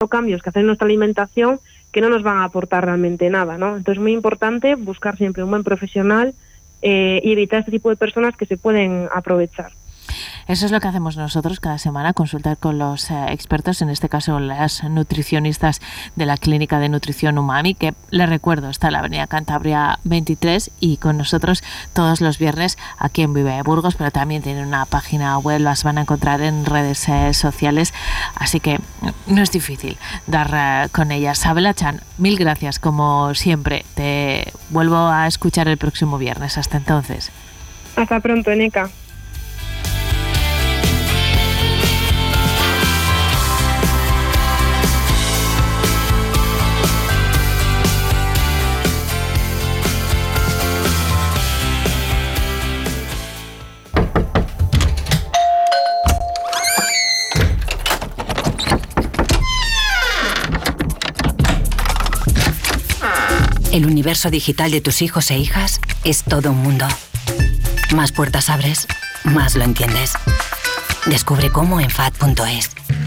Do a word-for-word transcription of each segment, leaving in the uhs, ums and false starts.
cambios que hacer en nuestra alimentación que no nos van a aportar realmente nada, ¿no? Entonces es muy importante buscar siempre un buen profesional eh, y evitar este tipo de personas que se pueden aprovechar. Eso es lo que hacemos nosotros cada semana, consultar con los eh, expertos, en este caso las nutricionistas de la Clínica de Nutrición Umami, que les recuerdo está en la Avenida Cantabria veintitrés y con nosotros todos los viernes aquí en Vive Burgos, pero también tienen una página web, las van a encontrar en redes eh, sociales, así que no es difícil dar eh, con ellas. Sabela Chan, mil gracias como siempre, te vuelvo a escuchar el próximo viernes, hasta entonces. Hasta pronto, Eneca. El universo digital de tus hijos e hijas es todo un mundo. Más puertas abres, más lo entiendes. Descubre cómo en F A D punto es.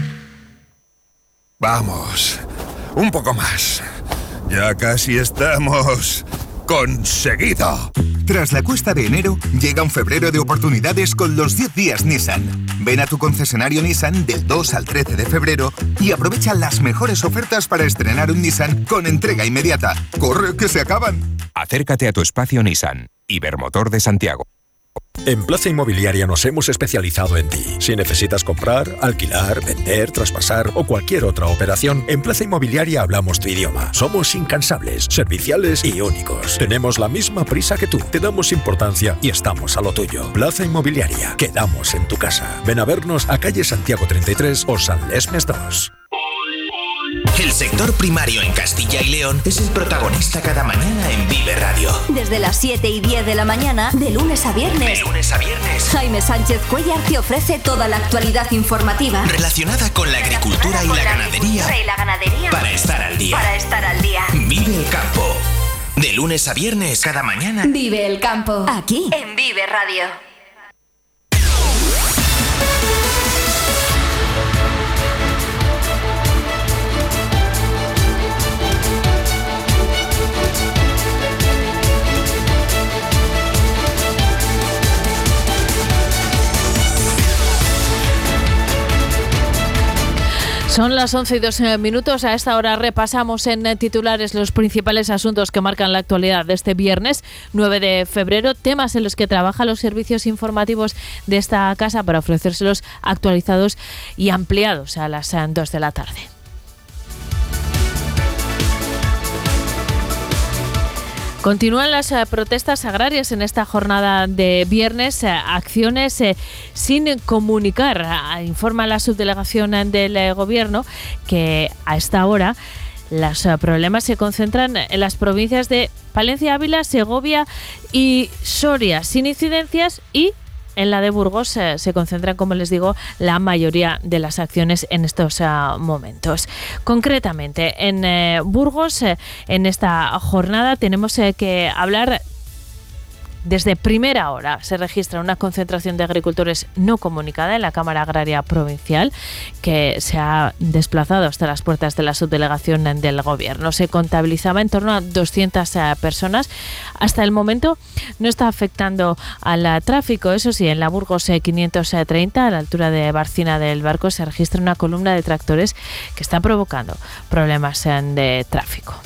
Vamos, un poco más. Ya casi estamos... ¡conseguido! Tras la cuesta de enero, llega un febrero de oportunidades con los diez días Nissan. Ven a tu concesionario Nissan del dos al trece de febrero y aprovecha las mejores ofertas para estrenar un Nissan con entrega inmediata. ¡Corre, que se acaban! Acércate a tu espacio Nissan, Ibermotor de Santiago. En Plaza Inmobiliaria nos hemos especializado en ti. Si necesitas comprar, alquilar, vender, traspasar o cualquier otra operación, en Plaza Inmobiliaria hablamos tu idioma. Somos incansables, serviciales y únicos. Tenemos la misma prisa que tú. Te damos importancia y estamos a lo tuyo. Plaza Inmobiliaria. Quedamos en tu casa. Ven a vernos a calle Santiago treinta y tres o San Lesmes dos. El sector primario en Castilla y León es el protagonista cada mañana en Vive Radio. Desde las siete y diez de la mañana, de lunes a viernes. De lunes a viernes. Jaime Sánchez Cuellar te ofrece toda la actualidad informativa relacionada con la agricultura, y la, la ganadería, agricultura y la ganadería. Para estar al día. Para estar al día. Vive el campo. De lunes a viernes, cada mañana. Vive el campo. Aquí, en Vive Radio. Son las once y dos minutos. A esta hora repasamos en titulares los principales asuntos que marcan la actualidad de este viernes nueve de febrero, temas en los que trabajan los servicios informativos de esta casa para ofrecérselos actualizados y ampliados a las dos de la tarde. Continúan las eh, protestas agrarias en esta jornada de viernes, eh, acciones eh, sin comunicar. Ah, informa la subdelegación del eh, Gobierno que a esta hora los eh, problemas se concentran en las provincias de Palencia, Ávila, Segovia y Soria, sin incidencias, y en la de Burgos eh, se concentran, como les digo, la mayoría de las acciones en estos eh, momentos. Concretamente, en eh, Burgos, eh, en esta jornada, tenemos eh, que hablar. Desde primera hora se registra una concentración de agricultores no comunicada en la Cámara Agraria Provincial, que se ha desplazado hasta las puertas de la subdelegación del Gobierno. Se contabilizaba en torno a doscientas personas. Hasta el momento no está afectando al tráfico. Eso sí, en la Burgos quinientos treinta, a la altura de Barcina del Barco, se registra una columna de tractores que está provocando problemas de tráfico.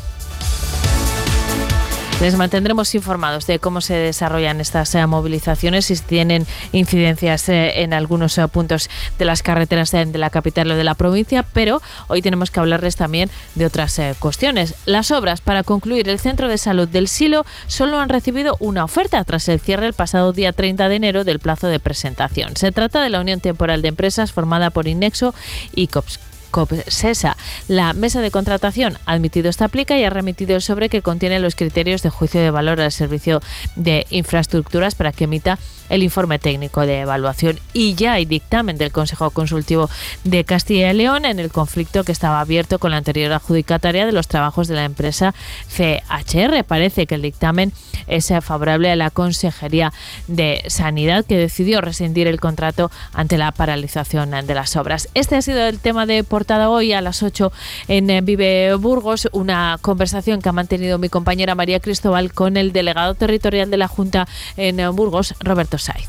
Les mantendremos informados de cómo se desarrollan estas eh, movilizaciones y si tienen incidencias eh, en algunos eh, puntos de las carreteras de, de la capital o de la provincia, pero hoy tenemos que hablarles también de otras eh, cuestiones. Las obras para concluir el centro de salud del Silo solo han recibido una oferta tras el cierre el pasado día treinta de enero del plazo de presentación. Se trata de la Unión Temporal de Empresas formada por Inexo y COPS. COPSESA. La mesa de contratación ha admitido esta plica y ha remitido el sobre que contiene los criterios de juicio de valor al servicio de infraestructuras para que emita el informe técnico de evaluación y ya hay dictamen del Consejo Consultivo de Castilla y León en el conflicto que estaba abierto con la anterior adjudicataria de los trabajos de la empresa C H R. Parece que el dictamen es favorable a la Consejería de Sanidad, que decidió rescindir el contrato ante la paralización de las obras. Este ha sido el tema de portada hoy a las ocho en Vive Burgos, una conversación que ha mantenido mi compañera María Cristóbal con el delegado territorial de la Junta en Burgos, Roberto Saiz.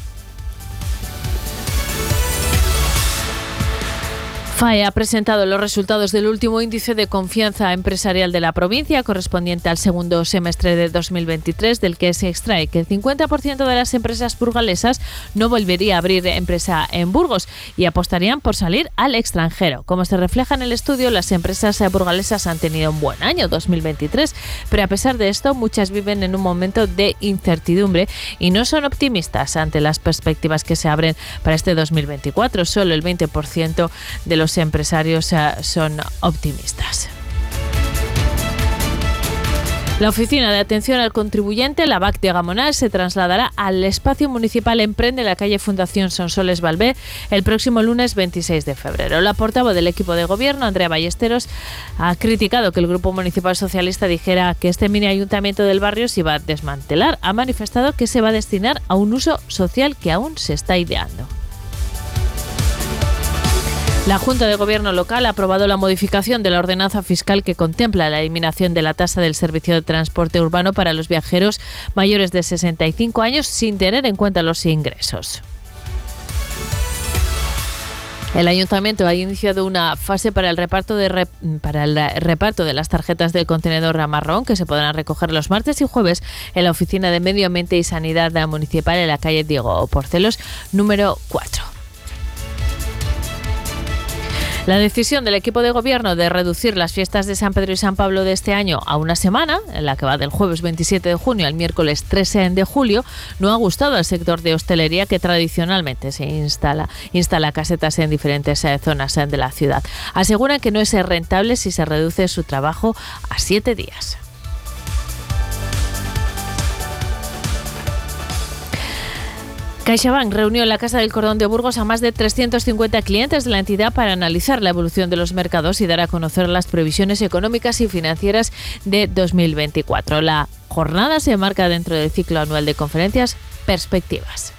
F A E ha presentado los resultados del último índice de confianza empresarial de la provincia, correspondiente al segundo semestre de dos mil veintitrés, del que se extrae que el cincuenta por ciento de las empresas burgalesas no volvería a abrir empresa en Burgos y apostarían por salir al extranjero. Como se refleja en el estudio, las empresas burgalesas han tenido un buen año dos mil veintitrés, pero a pesar de esto, muchas viven en un momento de incertidumbre y no son optimistas ante las perspectivas que se abren para este dos mil veinticuatro. Solo el veinte por ciento de los Los empresarios son optimistas. La Oficina de Atención al Contribuyente, la B A C de Gamonal, se trasladará al espacio municipal Emprende, en la calle Fundación Sonsoles Balbé, el próximo lunes veintiséis de febrero. La portavoz del equipo de gobierno, Andrea Ballesteros, ha criticado que el Grupo Municipal Socialista dijera que este mini ayuntamiento del barrio se iba a desmantelar. Ha manifestado que se va a destinar a un uso social que aún se está ideando. La Junta de Gobierno local ha aprobado la modificación de la ordenanza fiscal que contempla la eliminación de la tasa del servicio de transporte urbano para los viajeros mayores de sesenta y cinco años sin tener en cuenta los ingresos. El Ayuntamiento ha iniciado una fase para el reparto de rep- para el reparto de las tarjetas del contenedor marrón, que se podrán recoger los martes y jueves en la Oficina de Medio Ambiente y Sanidad Municipal en la calle Diego Porcelos, número cuatro. La decisión del equipo de gobierno de reducir las fiestas de San Pedro y San Pablo de este año a una semana, en la que va del jueves veintisiete de junio al miércoles trece de julio, no ha gustado al sector de hostelería, que tradicionalmente se instala, instala casetas en diferentes zonas de la ciudad. Aseguran que no es rentable si se reduce su trabajo a siete días. CaixaBank reunió en la Casa del Cordón de Burgos a más de trescientos cincuenta clientes de la entidad para analizar la evolución de los mercados y dar a conocer las previsiones económicas y financieras de dos mil veinticuatro. La jornada se enmarca dentro del ciclo anual de conferencias Perspectivas.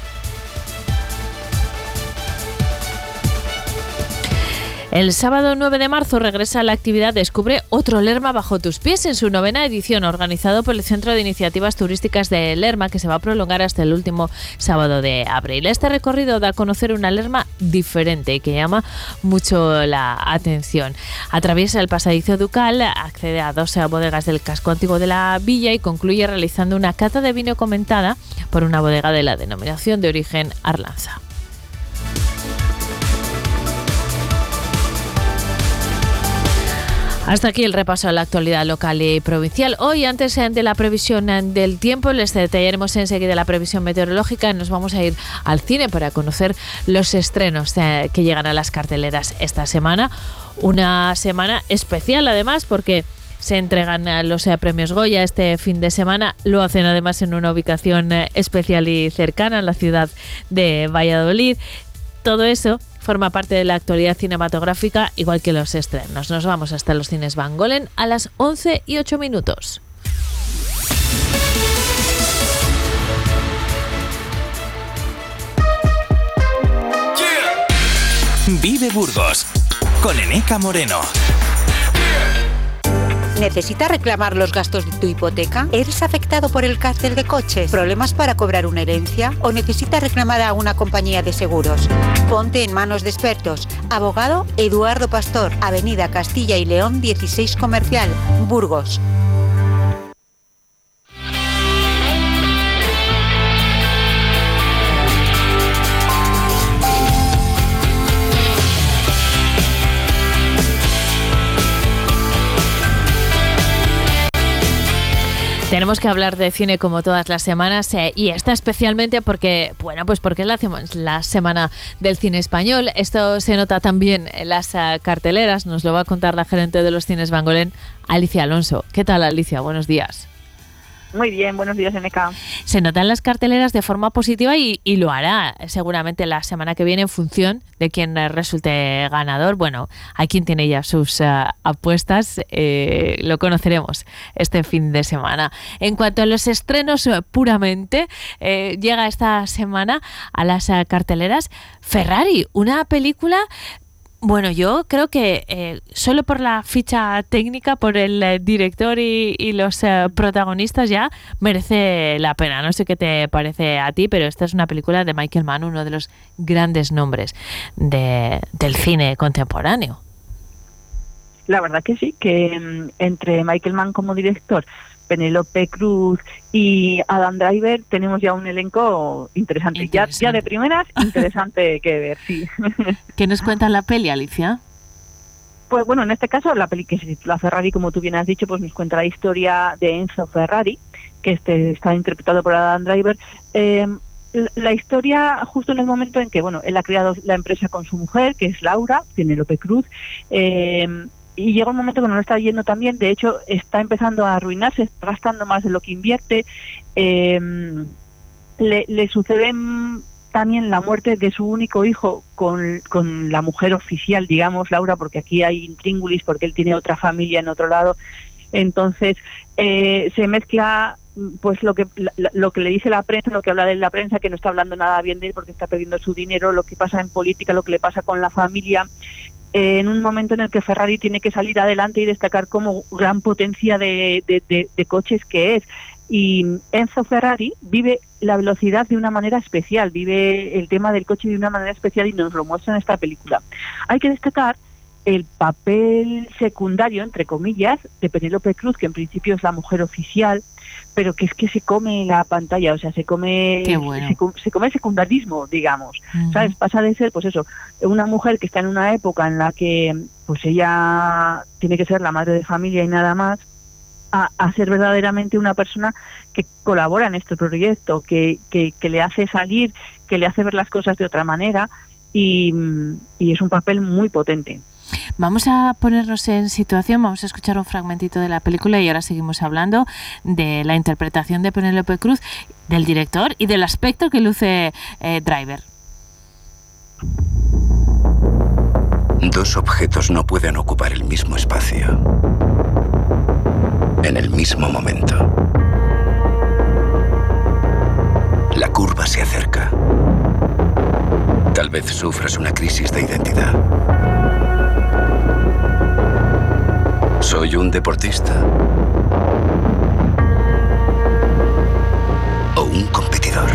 El sábado nueve de marzo regresa la actividad Descubre otro Lerma bajo tus pies, en su novena edición, organizado por el Centro de Iniciativas Turísticas de Lerma, que se va a prolongar hasta el último sábado de abril. Este recorrido da a conocer una Lerma diferente y que llama mucho la atención. Atraviesa el pasadizo Ducal, accede a dos bodegas del casco antiguo de la villa y concluye realizando una cata de vino comentada por una bodega de la denominación de origen Arlanza. Hasta aquí el repaso a la actualidad local y provincial. Hoy, antes de la previsión del tiempo, les detallaremos enseguida la previsión meteorológica. Nos vamos a ir al cine para conocer los estrenos que llegan a las carteleras esta semana. Una semana especial, además, porque se entregan los premios Goya este fin de semana. Lo hacen además en una ubicación especial y cercana, en la ciudad de Valladolid. Todo eso forma parte de la actualidad cinematográfica, igual que los estrenos. Nos vamos hasta los cines Van Golen a las once y ocho minutos. Yeah. Vive Burgos con Eneca Moreno. ¿Necesitas reclamar los gastos de tu hipoteca? ¿Eres afectado por el cártel de coches? ¿Problemas para cobrar una herencia? ¿O necesitas reclamar a una compañía de seguros? Ponte en manos de expertos. Abogado Eduardo Pastor, Avenida Castilla y León dieciséis Comercial, Burgos. Tenemos que hablar de cine como todas las semanas eh, y esta especialmente porque, bueno, pues porque es la, la semana del cine español. Esto se nota también en las uh, carteleras. Nos lo va a contar la gerente de los cines Van Golen, Alicia Alonso. ¿Qué tal, Alicia? Buenos días. Muy bien, buenos días, N K. Se notan las carteleras de forma positiva y, y lo hará seguramente la semana que viene en función de quién resulte ganador. Bueno, hay quien tiene ya sus uh, apuestas, eh, lo conoceremos este fin de semana. En cuanto a los estrenos uh, puramente, eh, llega esta semana a las uh, carteleras Ferrari, una película... Bueno, yo creo que eh, solo por la ficha técnica, por el eh, director y, y los eh, protagonistas ya merece la pena. No sé qué te parece a ti, pero esta es una película de Michael Mann, uno de los grandes nombres de, del cine contemporáneo. La verdad que sí, que um, entre Michael Mann como director, Penélope Cruz y Adam Driver tenemos ya un elenco interesante. interesante. Ya, ya de primeras, interesante que ver, sí. ¿Qué nos cuenta la peli, Alicia? Pues bueno, en este caso la peli que se titula Ferrari, como tú bien has dicho, pues nos cuenta la historia de Enzo Ferrari, que este está interpretado por Adam Driver. Eh, la historia justo en el momento en que, bueno, él ha creado la empresa con su mujer, que es Laura, Penélope Cruz, eh, y llega un momento que no lo está yendo tan bien. De hecho, está empezando a arruinarse, está gastando más de lo que invierte. Eh, le, le sucede también la muerte de su único hijo con, con la mujer oficial, digamos, Laura, porque aquí hay intríngulis, porque él tiene otra familia en otro lado. Entonces, eh, se mezcla pues lo que lo que le dice la prensa, lo que habla de la prensa, que no está hablando nada bien de él porque está perdiendo su dinero, lo que pasa en política, lo que le pasa con la familia, en un momento en el que Ferrari tiene que salir adelante y destacar como gran potencia de, de, de, de coches que es. Y Enzo Ferrari vive la velocidad de una manera especial, vive el tema del coche de una manera especial y nos lo muestra en esta película. Hay que destacar el papel secundario, entre comillas, de Penélope Cruz, que en principio es la mujer oficial, pero que es que se come la pantalla, o sea, se come bueno. se, se come el secundarismo, digamos, uh-huh. ¿Sabes? Pasa de ser, pues eso, una mujer que está en una época en la que pues ella tiene que ser la madre de familia y nada más, a, a ser verdaderamente una persona que colabora en este proyecto, que, que, que le hace salir, que le hace ver las cosas de otra manera, y, y es un papel muy potente. Vamos a ponernos en situación, vamos a escuchar un fragmentito de la película y ahora seguimos hablando de la interpretación de Penélope Cruz, del director y del aspecto que luce eh, Driver. Dos objetos no pueden ocupar el mismo espacio en el mismo momento. La curva se acerca. Tal vez sufras una crisis de identidad. ¿Soy un deportista? ¿O un competidor?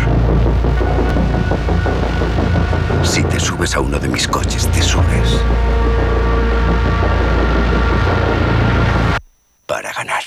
Si te subes a uno de mis coches, te subes para ganar.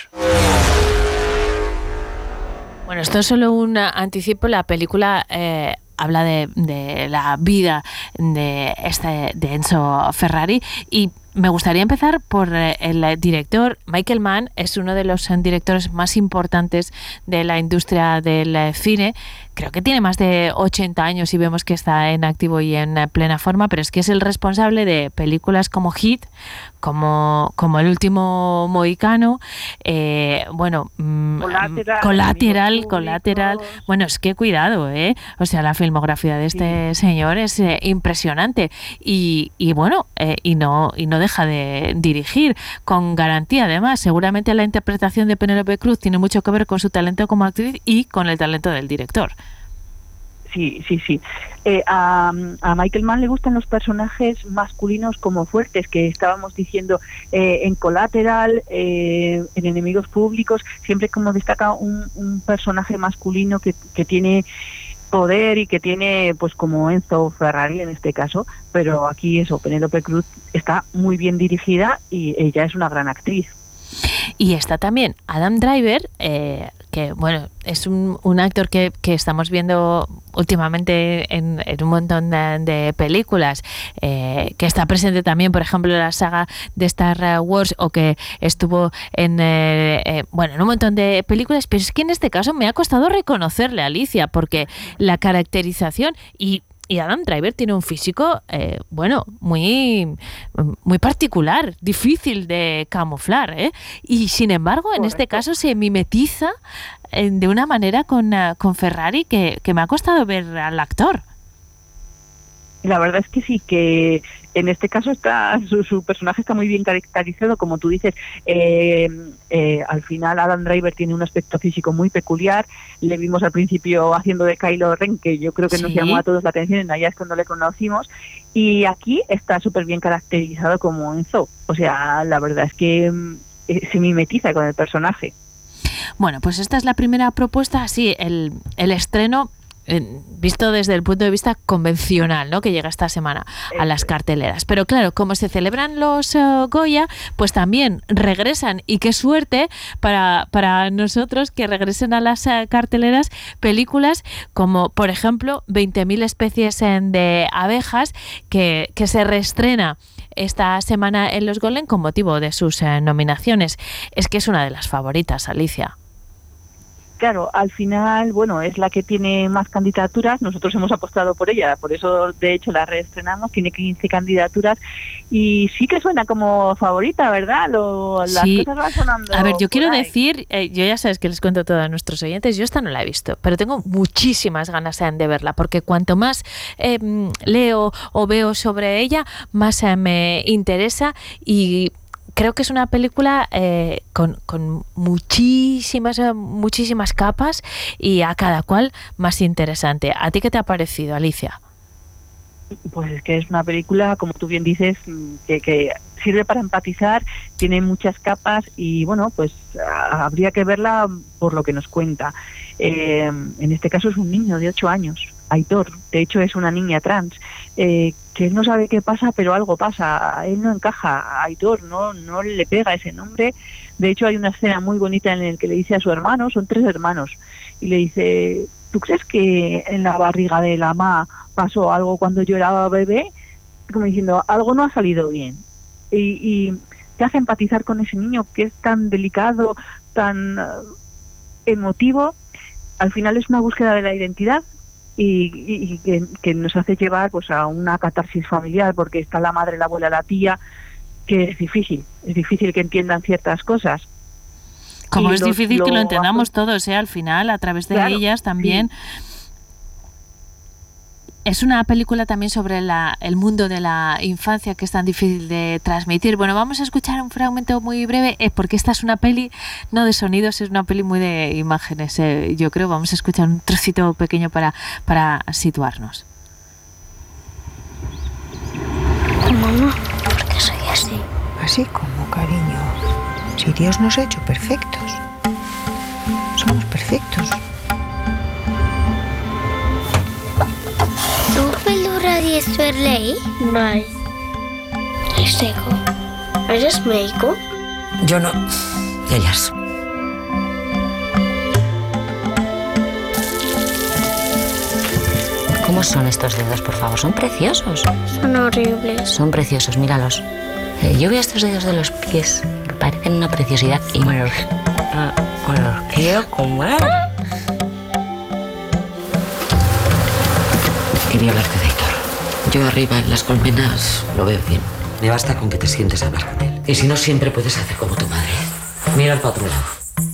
Bueno, esto es solo un anticipo. La película eh, habla de, de la vida de, este, de Enzo Ferrari y me gustaría empezar por el director. Michael Mann es uno de los directores más importantes de la industria del cine. Creo que tiene más de ochenta años y vemos que está en activo y en plena forma, pero es que es el responsable de películas como Hit, como, como El último mohicano, eh, bueno, Collateral, Collateral, Collateral. Bueno, es que cuidado, ¿eh? O sea, la filmografía de este sí. señor es eh, impresionante y, y bueno, eh, y no y no deja de dirigir con garantía. Además, seguramente la interpretación de Penélope Cruz tiene mucho que ver con su talento como actriz y con el talento del director. Sí, sí, sí. Eh, a, a Michael Mann le gustan los personajes masculinos como fuertes, que estábamos diciendo eh, en Collateral, eh, en Enemigos Públicos, siempre como destaca un, un personaje masculino que, que tiene poder y que tiene, pues como Enzo Ferrari en este caso, pero aquí eso, Penélope Cruz está muy bien dirigida y ella es una gran actriz. Y está también Adam Driver, eh, que bueno, es un, un actor que, que estamos viendo últimamente en, en un montón de, de películas, eh, que está presente también, por ejemplo, en la saga de Star Wars, o que estuvo en eh, eh, bueno, en un montón de películas, pero es que en este caso me ha costado reconocerle a Alicia, porque la caracterización y y Adam Driver tiene un físico, eh, bueno, muy, muy particular, difícil de camuflar, ¿eh? Y sin embargo, en Correcto. Este caso se mimetiza eh, de una manera con, uh, con Ferrari que, que me ha costado ver al actor. La verdad es que sí, que en este caso está su, su personaje está muy bien caracterizado, como tú dices. Eh, eh, al final Adam Driver tiene un aspecto físico muy peculiar. Le vimos al principio haciendo de Kylo Ren, que yo creo que nos sí. llamó a todos la atención, en allá es cuando le conocimos. Y aquí está súper bien caracterizado como Enzo. O sea, la verdad es que eh, se mimetiza con el personaje. Bueno, pues esta es la primera propuesta, así, el, el estreno visto desde el punto de vista convencional, ¿no?, que llega esta semana a las carteleras. Pero claro, como se celebran los uh, Goya, pues también regresan, y qué suerte para, para nosotros que regresen a las uh, carteleras películas como, por ejemplo, veinte mil especies de abejas, que, que se reestrena esta semana en los Golden con motivo de sus uh, nominaciones. Es que es una de las favoritas, Alicia. Claro, al final, bueno, es la que tiene más candidaturas. Nosotros hemos apostado por ella, por eso de hecho la reestrenamos. Tiene quince candidaturas y sí que suena como favorita, ¿verdad? Lo, las sí. cosas van sonando. A ver, yo quiero ahí. decir, eh, yo ya sabes que les cuento a todos nuestros oyentes, yo esta no la he visto, pero tengo muchísimas ganas eh, de verla, porque cuanto más eh, leo o veo sobre ella, más eh, me interesa, y creo que es una película eh, con, con muchísimas, muchísimas capas, y a cada cual más interesante. ¿A ti qué te ha parecido, Alicia? Pues es que es una película, como tú bien dices, que, que sirve para empatizar, tiene muchas capas y bueno, pues habría que verla por lo que nos cuenta. Eh, en este caso es un niño de ocho años, Aitor, de hecho es una niña trans, eh, que él no sabe qué pasa, pero algo pasa, él no encaja, a Aitor no, no le pega ese nombre. De hecho hay una escena muy bonita en la que le dice a su hermano, son tres hermanos, y le dice: ¿tú crees que en la barriga de la mamá pasó algo cuando yo era bebé? Como diciendo, algo no ha salido bien. Y, y te hace empatizar con ese niño que es tan delicado, tan uh, emotivo. Al final es una búsqueda de la identidad y, y, y que, que nos hace llevar pues a una catarsis familiar, porque está la madre, la abuela, la tía, que es difícil, es difícil que entiendan ciertas cosas. Como y es los, difícil lo que lo entendamos hace... todos, ¿eh? Al final, a través de claro, ellas también. Sí. Es una película también sobre la, el mundo de la infancia, que es tan difícil de transmitir. Bueno, vamos a escuchar un fragmento muy breve, eh, porque esta es una peli no de sonidos, es una peli muy de imágenes. Eh, yo creo, vamos a escuchar un trocito pequeño para, para situarnos. Mamá, ¿por qué soy así? Así como, cariño. Si Dios nos ha hecho perfectos. Somos perfectos. Tu pelo es verlei? Mai. I seco. ¿Eres médico? Yo no. Ellas. ¿Cómo son estos dedos, por favor? Son preciosos. Son horribles. Son preciosos, míralos. Eh, yo veo estos dedos de los pies que parecen una preciosidad y me los, uh, me los quiero comer. Quería hablarte de Aitor. Yo arriba en las colmenas lo veo bien. Me basta con que te sientes a hablar con él. Y si no, siempre puedes hacer como tu madre. Mira al otro lado.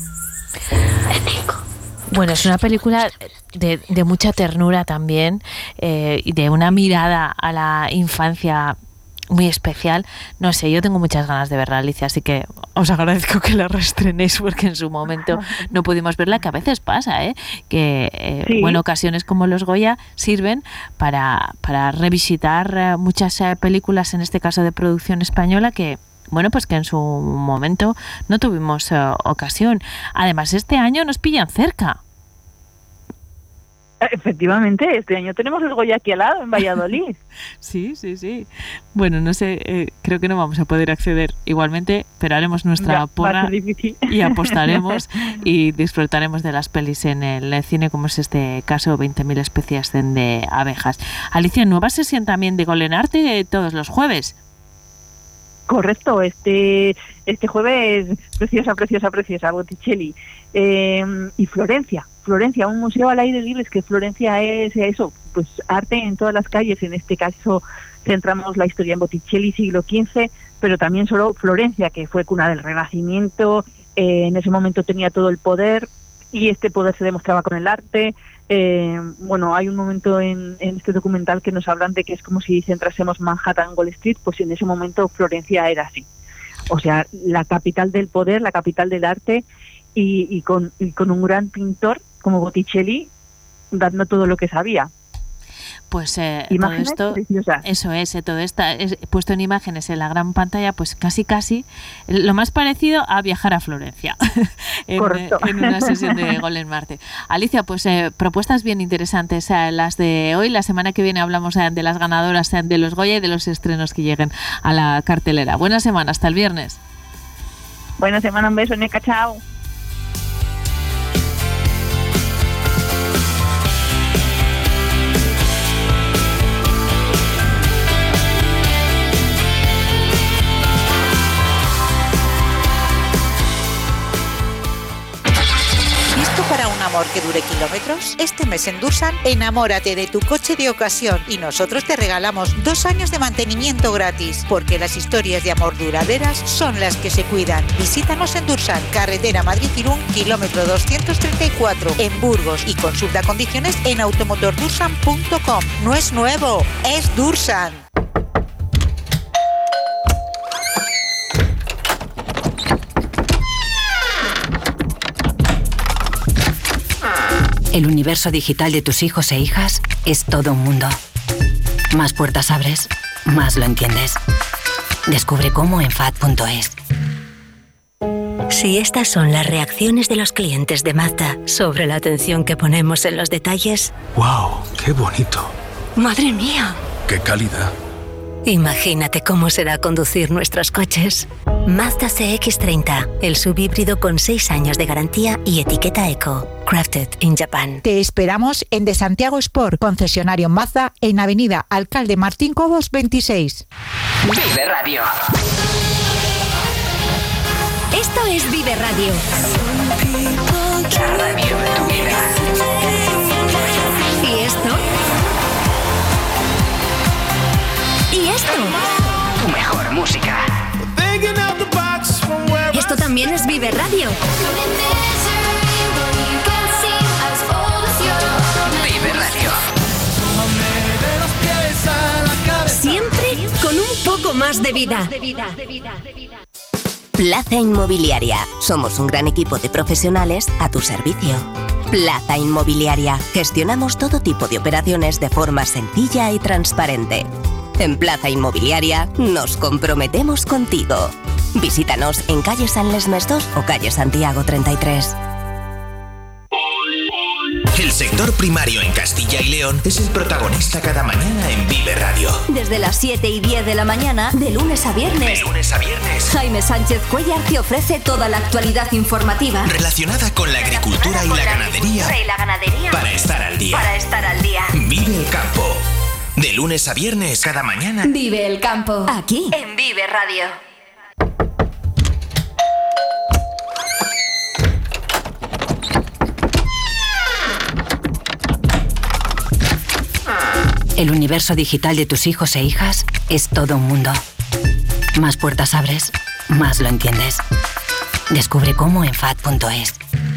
Bueno, es una película de, de mucha ternura también, eh, y de una mirada a la infancia muy especial. No sé, yo tengo muchas ganas de verla, Alicia, así que os agradezco que la reestrenéis, porque en su momento no pudimos verla, que a veces pasa, ¿eh? que eh, sí. bueno, ocasiones como los Goya sirven para, para revisitar eh, muchas eh, películas, en este caso de producción española, que bueno, pues que en su momento no tuvimos uh, ocasión. Además, este año nos pillan cerca. Efectivamente, este año tenemos el Goya aquí al lado, en Valladolid. Sí, sí, sí. Bueno, no sé, eh, creo que no vamos a poder acceder igualmente, pero haremos nuestra ya, porra y apostaremos y disfrutaremos de las pelis en el cine, como es este caso, veinte mil especies de abejas. Alicia, nueva sesión también de Golden Arte todos los jueves. Correcto, este este jueves preciosa, preciosa, preciosa, Botticelli eh, y Florencia, Florencia, un museo al aire libre. Es que Florencia es eso, pues arte en todas las calles. En este caso centramos la historia en Botticelli, siglo quince, pero también solo Florencia, que fue cuna del Renacimiento, eh, en ese momento tenía todo el poder y este poder se demostraba con el arte. Eh, bueno, hay un momento en, en este documental que nos hablan de que es como si centrásemos Manhattan, Wall Street, pues en ese momento Florencia era así. O sea, la capital del poder, la capital del arte, y, y, con, y con un gran pintor como Botticelli dando todo lo que sabía. Pues eh, todo esto, preciosas. Eso es, eh, todo esto es, puesto en imágenes en la gran pantalla, pues casi casi lo más parecido a viajar a Florencia en, Correcto. en una sesión de Gol en Marte. Alicia, pues eh, propuestas bien interesantes eh, las de hoy. La semana que viene hablamos eh, de las ganadoras eh, de los Goya y de los estrenos que lleguen a la cartelera. Buena semana, hasta el viernes. Buena semana, un beso, Neca, chao. Para un amor que dure kilómetros, este mes en Dursan, enamórate de tu coche de ocasión y nosotros te regalamos dos años de mantenimiento gratis, porque las historias de amor duraderas son las que se cuidan. Visítanos en Dursan, carretera Madrid-Irún, kilómetro doscientos treinta y cuatro, en Burgos, y consulta condiciones en automotor dursan punto com. No es nuevo, es Dursan. El universo digital de tus hijos e hijas es todo un mundo. Más puertas abres, más lo entiendes. Descubre cómo en F A D punto es. Si estas son las reacciones de los clientes de Mazda sobre la atención que ponemos en los detalles... ¡Wow! ¡Qué bonito! ¡Madre mía! ¡Qué calidad! Imagínate cómo será conducir nuestros coches. Mazda C X treinta, el subhíbrido con seis años de garantía y etiqueta Eco. Crafted in Japan. Te esperamos en De Santiago Sport, concesionario Mazda, en Avenida Alcalde Martín Cobos veintiséis. Vive Radio. Esto es Vive Radio. La radio de tu vida. ¿Y esto? ¿Y esto? Tu mejor música. Esto también es Vive Radio. Vive Radio. Siempre con un poco más de vida. Plaza Inmobiliaria. Somos un gran equipo de profesionales a tu servicio. Plaza Inmobiliaria. Gestionamos todo tipo de operaciones de forma sencilla y transparente. En Plaza Inmobiliaria nos comprometemos contigo. Visítanos en calle San Lesmes dos o calle Santiago treinta y tres. El sector primario en Castilla y León es el protagonista cada mañana en Vive Radio. Desde las siete y diez de la mañana, de lunes a viernes. De lunes a viernes. Jaime Sánchez Cuellar te ofrece toda la actualidad informativa relacionada con la agricultura y la ganadería. Y la ganadería. Para estar al día. Para estar al día. Vive el campo. De lunes a viernes, cada mañana. Vive el campo. Aquí, en Vive Radio. El universo digital de tus hijos e hijas es todo un mundo. Más puertas abres, más lo entiendes. Descubre cómo en F A D punto es.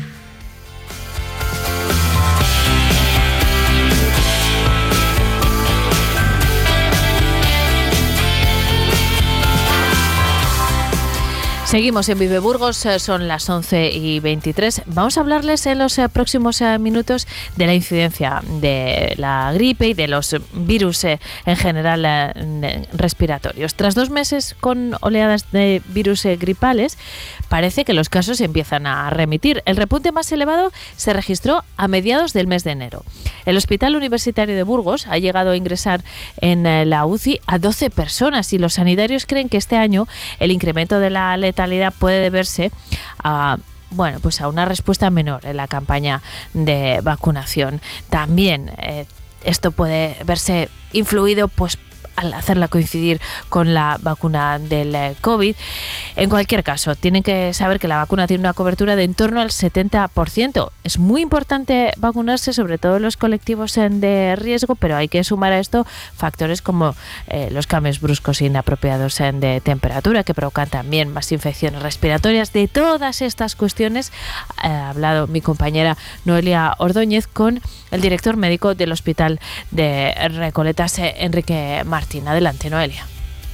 Seguimos en Vive Burgos, son las once y veintitrés. Vamos a hablarles en los próximos minutos de la incidencia de la gripe y de los virus en general respiratorios. Tras dos meses con oleadas de virus gripales, parece que los casos empiezan a remitir. El repunte más elevado se registró a mediados del mes de enero. El Hospital Universitario de Burgos ha llegado a ingresar en la U C I a doce personas y los sanitarios creen que este año el incremento de la letalidad puede deberse a, bueno, pues a una respuesta menor en la campaña de vacunación. También eh, esto puede verse influido pues al hacerla coincidir con la vacuna del eh, COVID. En cualquier caso, tienen que saber que la vacuna tiene una cobertura de en torno al setenta por ciento. Es muy importante vacunarse, sobre todo en los colectivos en de riesgo, pero hay que sumar a esto factores como eh, los cambios bruscos e inapropiados en de temperatura, que provocan también más infecciones respiratorias. De todas estas cuestiones ha hablado mi compañera Noelia Ordóñez con el director médico del Hospital de Recoletas, Enrique Martín. Adelante, Noelia.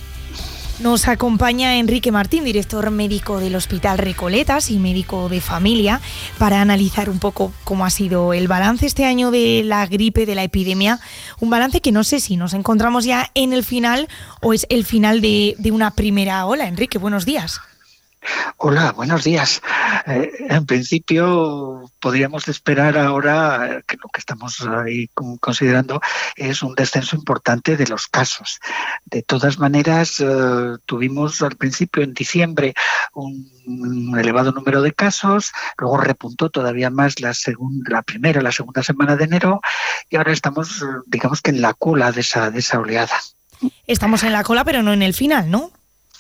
Nos acompaña Enrique Martín, director médico del Hospital Recoletas y médico de familia, para analizar un poco cómo ha sido el balance este año de la gripe, de la epidemia. Un balance que no sé si nos encontramos ya en el final o es el final de, de una primera ola. Enrique, buenos días. Hola, buenos días. Eh, en principio podríamos esperar ahora que lo que estamos ahí considerando es un descenso importante de los casos. De todas maneras, eh, tuvimos al principio en diciembre un, un elevado número de casos, luego repuntó todavía más la, segun, la primera, la segunda semana de enero y ahora estamos, digamos que en la cola de esa, de esa oleada. Estamos en la cola, pero no en el final, ¿no?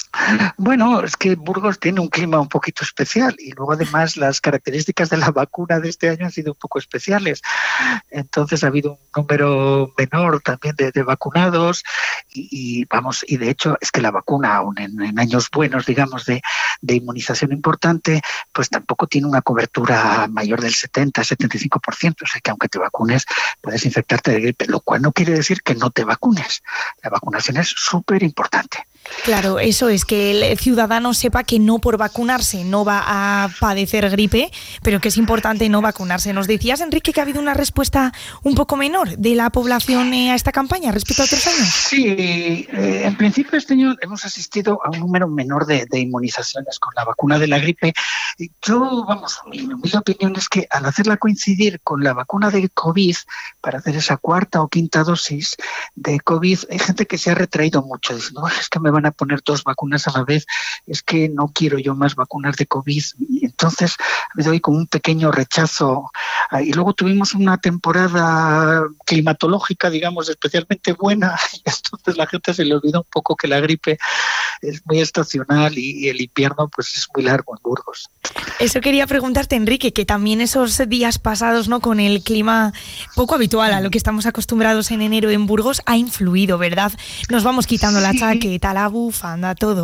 Bueno, es que Burgos tiene un clima un poquito especial y luego además las características de la vacuna de este año han sido un poco especiales. Entonces ha habido un número menor también de, de vacunados y, y vamos, y de hecho es que la vacuna, aún en, en años buenos, digamos, de, de inmunización importante, pues tampoco tiene una cobertura mayor del setenta, setenta y cinco por ciento. O sea que aunque te vacunes puedes infectarte de gripe, lo cual no quiere decir que no te vacunes. La vacunación es súper importante. Claro, eso es, que el ciudadano sepa que no por vacunarse no va a padecer gripe, pero que es importante no vacunarse. Nos decías, Enrique, que ha habido una respuesta un poco menor de la población a esta campaña respecto a otros años. Sí, eh, en principio este año hemos asistido a un número menor de, de inmunizaciones con la vacuna de la gripe. Yo, vamos, mi, mi opinión es que al hacerla coincidir con la vacuna de COVID, para hacer esa cuarta o quinta dosis de COVID, hay gente que se ha retraído mucho, diciendo, no, es que me van a poner dos vacunas a la vez, es que no quiero yo más vacunas de COVID. Y entonces ha habido ahí como un pequeño rechazo. Y luego tuvimos una temporada climatológica, digamos, especialmente buena, y entonces la gente se le olvida un poco que la gripe es muy estacional y, y el invierno pues es muy largo en Burgos. Eso quería preguntarte, Enrique, que también esos días pasados, ¿no?, con el clima poco habitual a lo que estamos acostumbrados en enero en Burgos, ha influido, ¿verdad? Nos vamos quitando la chaqueta, la bufanda, todo.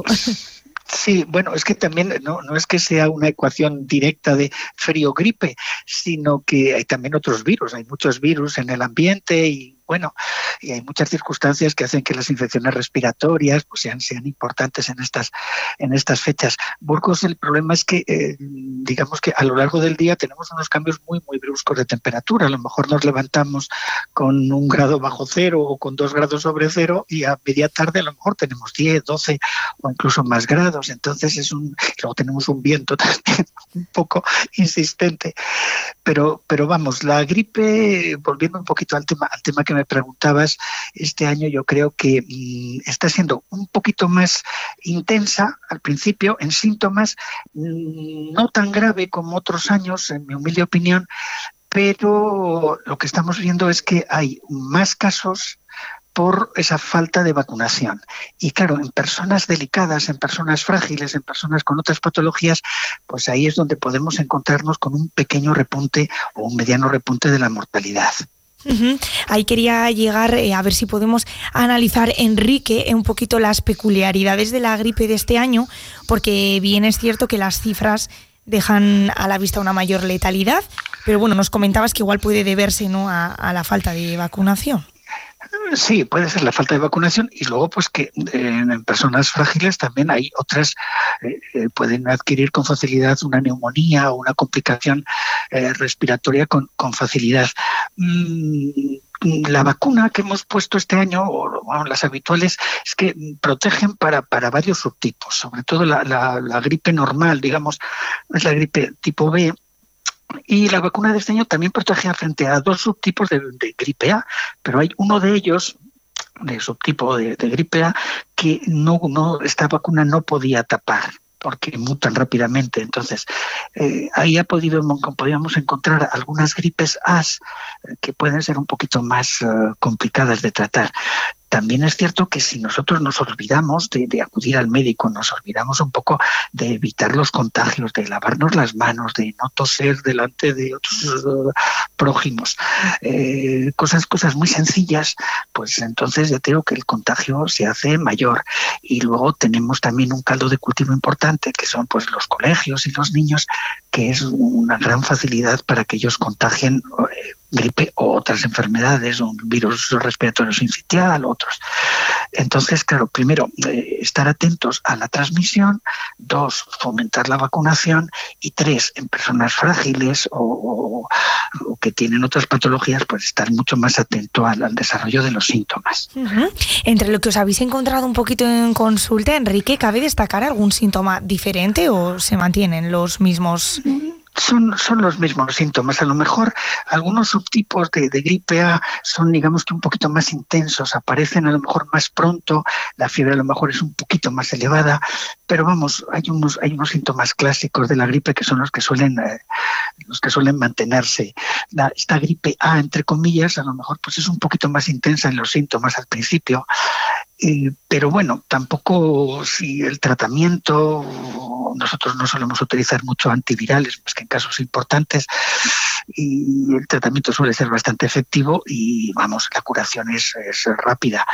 Sí, bueno, es que también no, no es que sea una ecuación directa de frío-gripe, sino que hay también otros virus, hay muchos virus en el ambiente y bueno, y hay muchas circunstancias que hacen que las infecciones respiratorias pues sean, sean importantes en estas, en estas fechas. Burgos, el problema es que, eh, digamos que a lo largo del día tenemos unos cambios muy, muy bruscos de temperatura. A lo mejor nos levantamos con un grado bajo cero o con dos grados sobre cero y a media tarde a lo mejor tenemos diez, doce o incluso más grados. Entonces es un, luego tenemos un viento también un poco insistente. Pero, pero vamos, la gripe, volviendo un poquito al tema, al tema que me preguntabas, este año yo creo que mmm, está siendo un poquito más intensa al principio en síntomas, mmm, no tan grave como otros años, en mi humilde opinión, pero lo que estamos viendo es que hay más casos por esa falta de vacunación. Y claro, en personas delicadas, en personas frágiles, en personas con otras patologías, pues ahí es donde podemos encontrarnos con un pequeño repunte o un mediano repunte de la mortalidad. Uh-huh. Ahí quería llegar eh, a ver si podemos analizar, Enrique, un poquito las peculiaridades de la gripe de este año, porque bien es cierto que las cifras dejan a la vista una mayor letalidad, pero bueno, nos comentabas que igual puede deberse, ¿no?, a, a la falta de vacunación. Sí, puede ser la falta de vacunación y luego pues que eh, en personas frágiles también hay otras, eh, pueden adquirir con facilidad una neumonía o una complicación eh, respiratoria con, con facilidad. Mm, la vacuna que hemos puesto este año, o bueno, las habituales, es que protegen para, para varios subtipos, sobre todo la, la, la gripe normal, digamos, es la gripe tipo B. Y la vacuna de este año también protege frente a dos subtipos de, de gripe A, pero hay uno de ellos, de subtipo de, de gripe A, que no, no, esta vacuna no podía tapar porque mutan rápidamente. Entonces, eh, ahí ha podido, podíamos encontrar algunas gripes A que pueden ser un poquito más uh, complicadas de tratar. también es cierto que si nosotros nos olvidamos de, de acudir al médico, nos olvidamos un poco de evitar los contagios, de lavarnos las manos, de no toser delante de otros uh, prójimos, eh, cosas, cosas muy sencillas, pues entonces ya tengo que el contagio se hace mayor. Y luego tenemos también un caldo de cultivo importante, que son pues los colegios y los niños, que es una gran facilidad para que ellos contagien eh, gripe o otras enfermedades, un virus respiratorio sincitial, otros. Entonces, claro, primero, eh, estar atentos a la transmisión, dos, fomentar la vacunación, y tres, en personas frágiles o, o, o que tienen otras patologías, pues estar mucho más atento al, al desarrollo de los síntomas. Uh-huh. Entre lo que os habéis encontrado un poquito en consulta, Enrique, ¿cabe destacar algún síntoma diferente o se mantienen los mismos? Son, son los mismos síntomas. A lo mejor algunos subtipos de, de gripe A son, digamos, que un poquito más intensos, aparecen a lo mejor más pronto, la fiebre a lo mejor es un poquito más elevada, pero vamos, hay unos, hay unos síntomas clásicos de la gripe que son los que suelen, eh, los que suelen mantenerse. La, esta gripe A, entre comillas, a lo mejor pues es un poquito más intensa en los síntomas al principio, eh, pero bueno, tampoco si el tratamiento, nosotros no solemos utilizar mucho antivirales, más que en casos importantes, y el tratamiento suele ser bastante efectivo y vamos, la curación es, es rápida.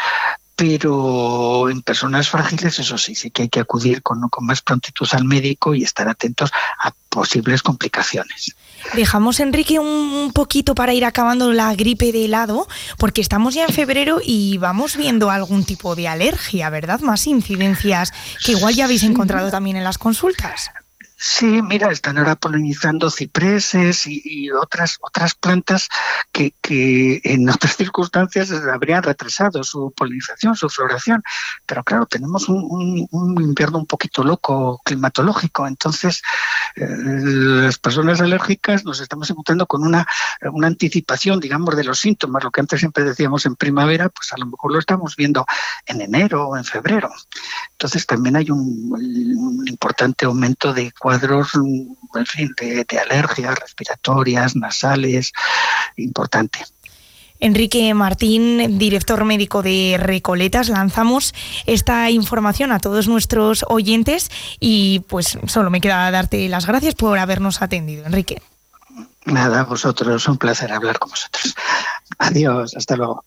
Pero en personas frágiles, eso sí, sí que hay que acudir con, con más prontitud al médico y estar atentos a posibles complicaciones. Dejamos, Enrique, un poquito para ir acabando la gripe de lado, porque estamos ya en febrero y vamos viendo algún tipo de alergia, ¿verdad? Más incidencias que igual ya habéis encontrado también en las consultas. Sí, mira, están ahora polinizando cipreses y, y otras otras plantas que, que en otras circunstancias habrían retrasado su polinización, su floración. Pero claro, tenemos un, un, un invierno un poquito loco climatológico, entonces eh, las personas alérgicas nos estamos encontrando con una, una anticipación, digamos, de los síntomas. Lo que antes siempre decíamos en primavera, pues a lo mejor lo estamos viendo en enero o en febrero. Entonces también hay un, un importante aumento de cuadros, en fin, de, de alergias respiratorias, nasales, importante. Enrique Martín, director médico de Recoletas, lanzamos esta información a todos nuestros oyentes y pues solo me queda darte las gracias por habernos atendido, Enrique. Nada, vosotros, un placer hablar con vosotros. Adiós, hasta luego.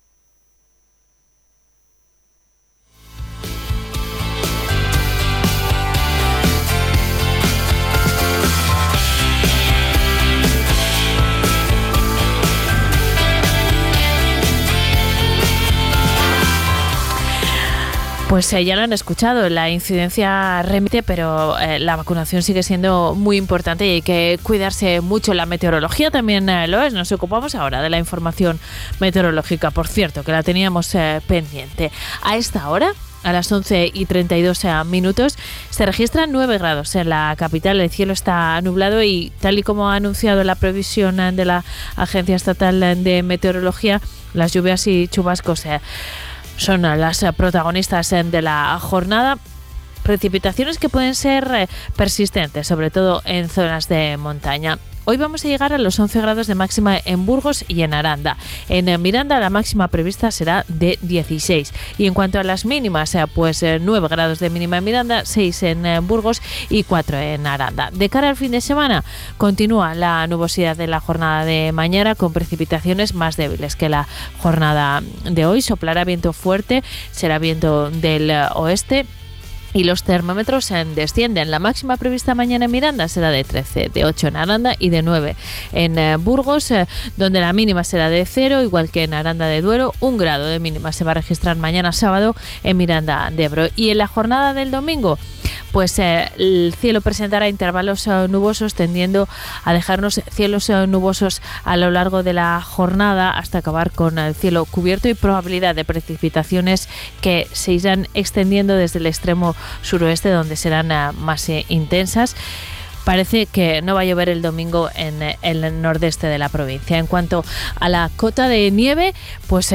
Pues eh, ya lo han escuchado, la incidencia remite, pero eh, la vacunación sigue siendo muy importante y hay que cuidarse mucho. La meteorología también eh, lo es. Nos ocupamos ahora de la información meteorológica, por cierto, que la teníamos eh, pendiente. A esta hora, a las once y treinta y dos minutos, se registran nueve grados en la capital. El cielo está nublado y, tal y como ha anunciado la previsión de la Agencia Estatal de Meteorología, las lluvias y chubascos eh, son las protagonistas de la jornada. Precipitaciones que pueden ser persistentes, sobre todo en zonas de montaña. Hoy vamos a llegar a los once grados de máxima en Burgos y en Aranda. En Miranda la máxima prevista será de dieciséis. Y en cuanto a las mínimas, pues nueve grados de mínima en Miranda, seis en Burgos y cuatro en Aranda. De cara al fin de semana, continúa la nubosidad de la jornada de mañana con precipitaciones más débiles que la jornada de hoy. Soplará viento fuerte, será viento del oeste. Y los termómetros descienden. La máxima prevista mañana en Miranda será de trece, de ocho en Aranda y de nueve en eh, Burgos, eh, donde la mínima será de cero, igual que en Aranda de Duero. Un grado de mínima se va a registrar mañana sábado en Miranda de Ebro. Y en la jornada del domingo, pues eh, el cielo presentará intervalos eh, nubosos, tendiendo a dejarnos cielos eh, nubosos a lo largo de la jornada hasta acabar con el cielo cubierto y probabilidad de precipitaciones que se irán extendiendo desde el extremo suroeste, donde serán uh, más eh, intensas. Parece que no va a llover el domingo en eh, el nordeste de la provincia. En cuanto a la cota de nieve, pues eh,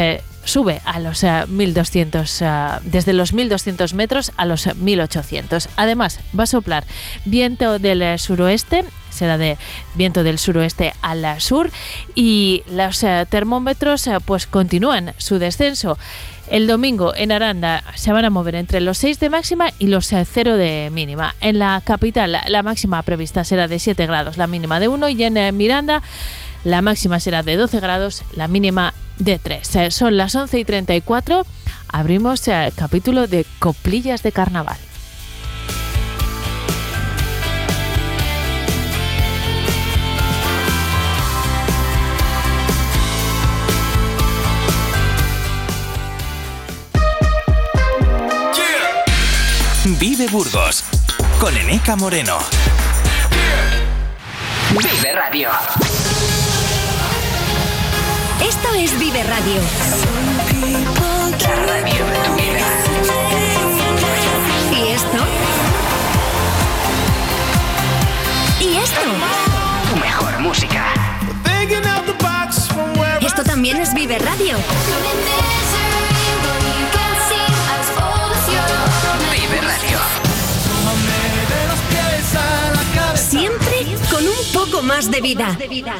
sube a los uh, mil doscientos, uh, desde los mil doscientos metros a los mil ochocientos. Además, va a soplar viento del uh, suroeste, será de viento del suroeste al sur, y los uh, termómetros uh, pues continúan su descenso. El domingo en Aranda se van a mover entre los seis de máxima y los cero de mínima. En la capital la máxima prevista será de siete grados, la mínima de uno, y en Miranda la máxima será de doce grados, la mínima de tres. Son las once y treinta y cuatro, abrimos el capítulo de Coplillas de Carnaval. Vive Burgos con Eneca Moreno. Vive Radio. Esto es Vive Radio. La radio de tu vida. ¿Y esto? ¿Y esto? Tu mejor música. Esto también es Vive Radio. Vive Radio. Siempre con un poco más de vida.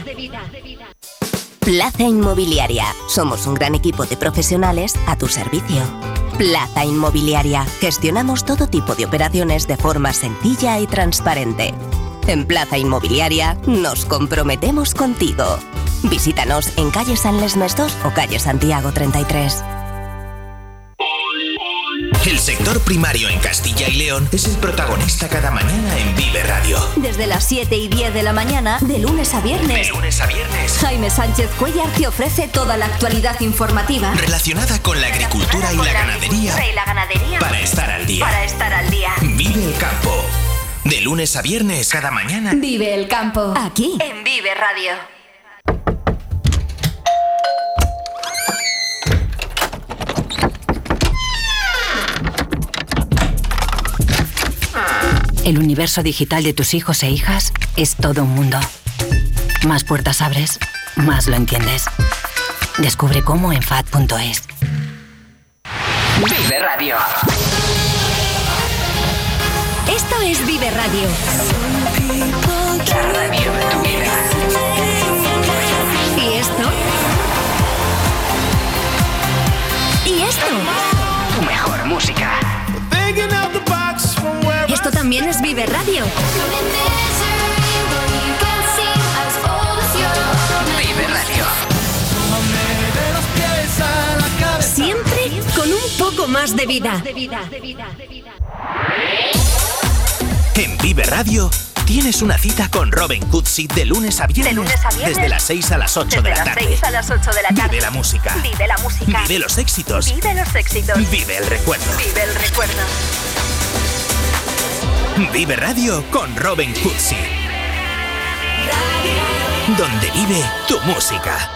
Plaza Inmobiliaria. Somos un gran equipo de profesionales a tu servicio. Plaza Inmobiliaria. Gestionamos todo tipo de operaciones de forma sencilla y transparente. En Plaza Inmobiliaria nos comprometemos contigo. Visítanos en calle San Lesmes dos o calle Santiago treinta y tres. El sector primario en Castilla y León es el protagonista cada mañana en Vive Radio. Desde las siete y diez de la mañana, de lunes a viernes. De lunes a viernes. Jaime Sánchez Cuellar te ofrece toda la actualidad informativa relacionada con la agricultura y la ganadería. Y la ganadería. Para estar al día. Para estar al día. Vive el campo. De lunes a viernes, cada mañana. Vive el campo. Aquí, en Vive Radio. El universo digital de tus hijos e hijas es todo un mundo. Más puertas abres, más lo entiendes. Descubre cómo en F A D punto es. Vive Radio. Esto es Vive Radio. La radio de tu vida. ¿Y esto? ¿Y esto? Tu mejor música. Esto también es Vive Radio. Vive Radio. Siempre con un poco más de vida. En Vive Radio tienes una cita con Robin Cutsit de lunes a viernes, de lunes a viernes desde las seis a las ocho desde de la las tarde. seis a las ocho de la tarde. Vive la música. Vive la música. Vive los éxitos. Vive los éxitos. Vive el recuerdo. Vive el recuerdo. Vive Radio con Robin Cutsit. Donde vive tu música.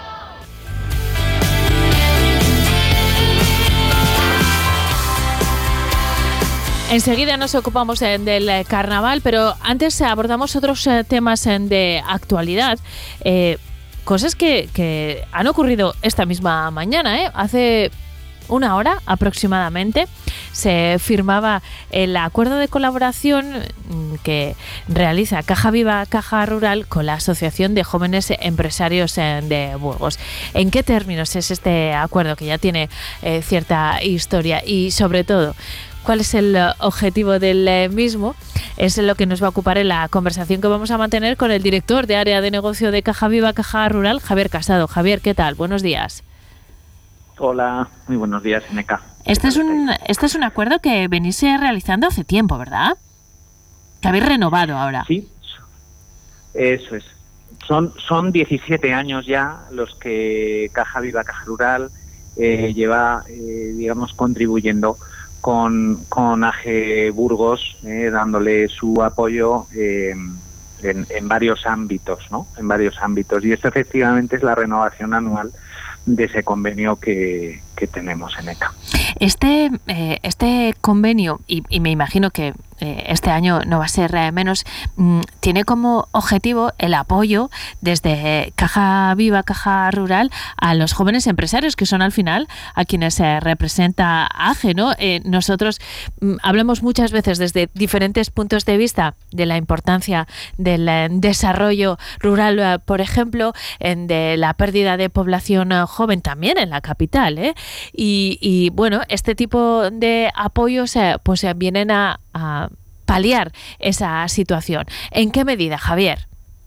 Enseguida nos ocupamos eh, del carnaval, pero antes abordamos otros eh, temas eh, de actualidad. Eh, cosas que, que han ocurrido esta misma mañana, ¿eh? Hace una hora aproximadamente se firmaba el acuerdo de colaboración que realiza Caja Viva, Caja Rural con la Asociación de Jóvenes Empresarios de Burgos. ¿En qué términos es este acuerdo que ya tiene eh, cierta historia y sobre todo cuál es el objetivo del mismo? Es lo que nos va a ocupar en la conversación que vamos a mantener con el director de área de negocio de Caja Viva, Caja Rural, Javier Casado. Javier, ¿qué tal? Buenos días. Hola, muy buenos días, Eneca. Este es un este es un acuerdo que venís realizando hace tiempo, ¿verdad? Que habéis renovado ahora. Sí, eso es. Son, son diecisiete años ya los que Caja Viva, Caja Rural eh, lleva, eh, digamos, contribuyendo con, con A G Burgos, eh, dándole su apoyo eh, en, en varios ámbitos, ¿no? En varios ámbitos. Y esto efectivamente es la renovación anual de ese convenio que, que tenemos en E C A. Este, eh, este convenio, y, y me imagino que eh, este año no va a ser eh, menos, mm, tiene como objetivo el apoyo desde Caja Viva, Caja Rural, a los jóvenes empresarios, que son al final a quienes se eh, representa A G E, ¿no? Eh, nosotros mm, hablamos muchas veces desde diferentes puntos de vista de la importancia del eh, desarrollo rural, eh, por ejemplo, en de la pérdida de población eh, joven también en la capital, ¿eh? Y, y bueno, este tipo de apoyos eh, pues eh, vienen a, a paliar esa situación. ¿En qué medida, Javier?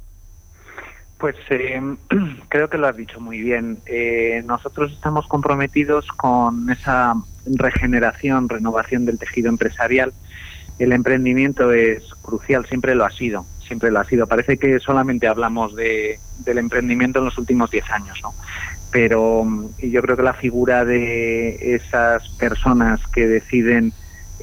Pues eh, creo que lo has dicho muy bien. Eh, nosotros estamos comprometidos con esa regeneración, renovación del tejido empresarial. El emprendimiento es crucial, siempre lo ha sido, siempre lo ha sido. Parece que solamente hablamos de, del emprendimiento en los últimos diez años, ¿no? Pero yo creo que la figura de esas personas que deciden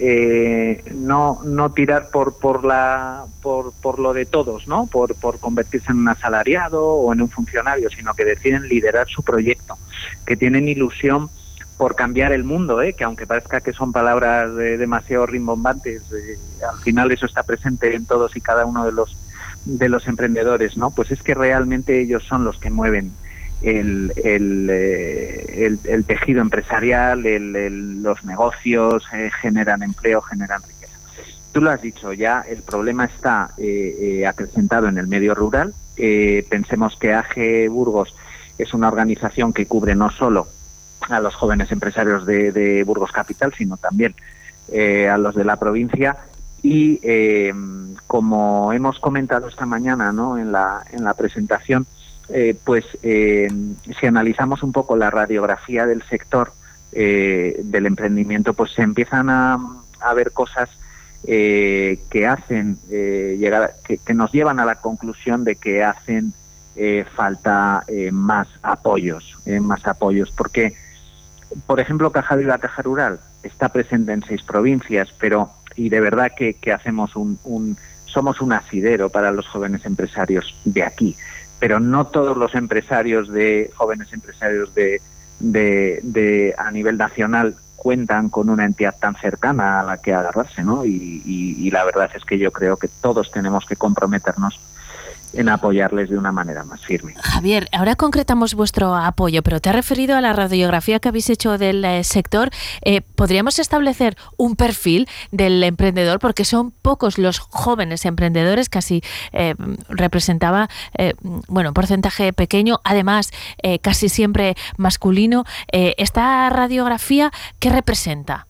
Eh, no no tirar por por la por por lo de todos, ¿no? Por por convertirse en un asalariado o en un funcionario, sino que deciden liderar su proyecto, que tienen ilusión por cambiar el mundo, ¿eh? Que aunque parezca que son palabras eh, demasiado rimbombantes, eh, al final eso está presente en todos y cada uno de los de los emprendedores, ¿no? Pues es que realmente ellos son los que mueven El, el, eh, el, el tejido empresarial, el, el, los negocios, eh, generan empleo, generan riqueza. Tú lo has dicho, ya el problema está eh, eh, acrecentado en el medio rural. Eh, pensemos que A G E Burgos es una organización que cubre no solo a los jóvenes empresarios de, de Burgos Capital, sino también eh, a los de la provincia. Y eh, como hemos comentado esta mañana, ¿no?, en la, en la presentación, Eh, pues eh, si analizamos un poco la radiografía del sector eh, del emprendimiento, pues se empiezan a, a ver cosas eh, que hacen eh, llegar, que, que nos llevan a la conclusión de que hacen eh, falta eh, más apoyos, eh, más apoyos, porque, por ejemplo, Caja Viva, Caja Rural está presente en seis provincias, pero y de verdad que, que hacemos un, un somos un asidero para los jóvenes empresarios de aquí. Pero no todos los empresarios de jóvenes empresarios de, de, de a nivel nacional cuentan con una entidad tan cercana a la que agarrarse, ¿no? Y, y, y la verdad es que yo creo que todos tenemos que comprometernos en apoyarles de una manera más firme. Javier, ahora concretamos vuestro apoyo, pero te has referido a la radiografía que habéis hecho del eh, sector. Eh, ¿Podríamos establecer un perfil del emprendedor? Porque son pocos los jóvenes emprendedores, casi eh, representaba, eh, bueno, un porcentaje pequeño, además eh, casi siempre masculino. Eh, ¿Esta radiografía qué representa?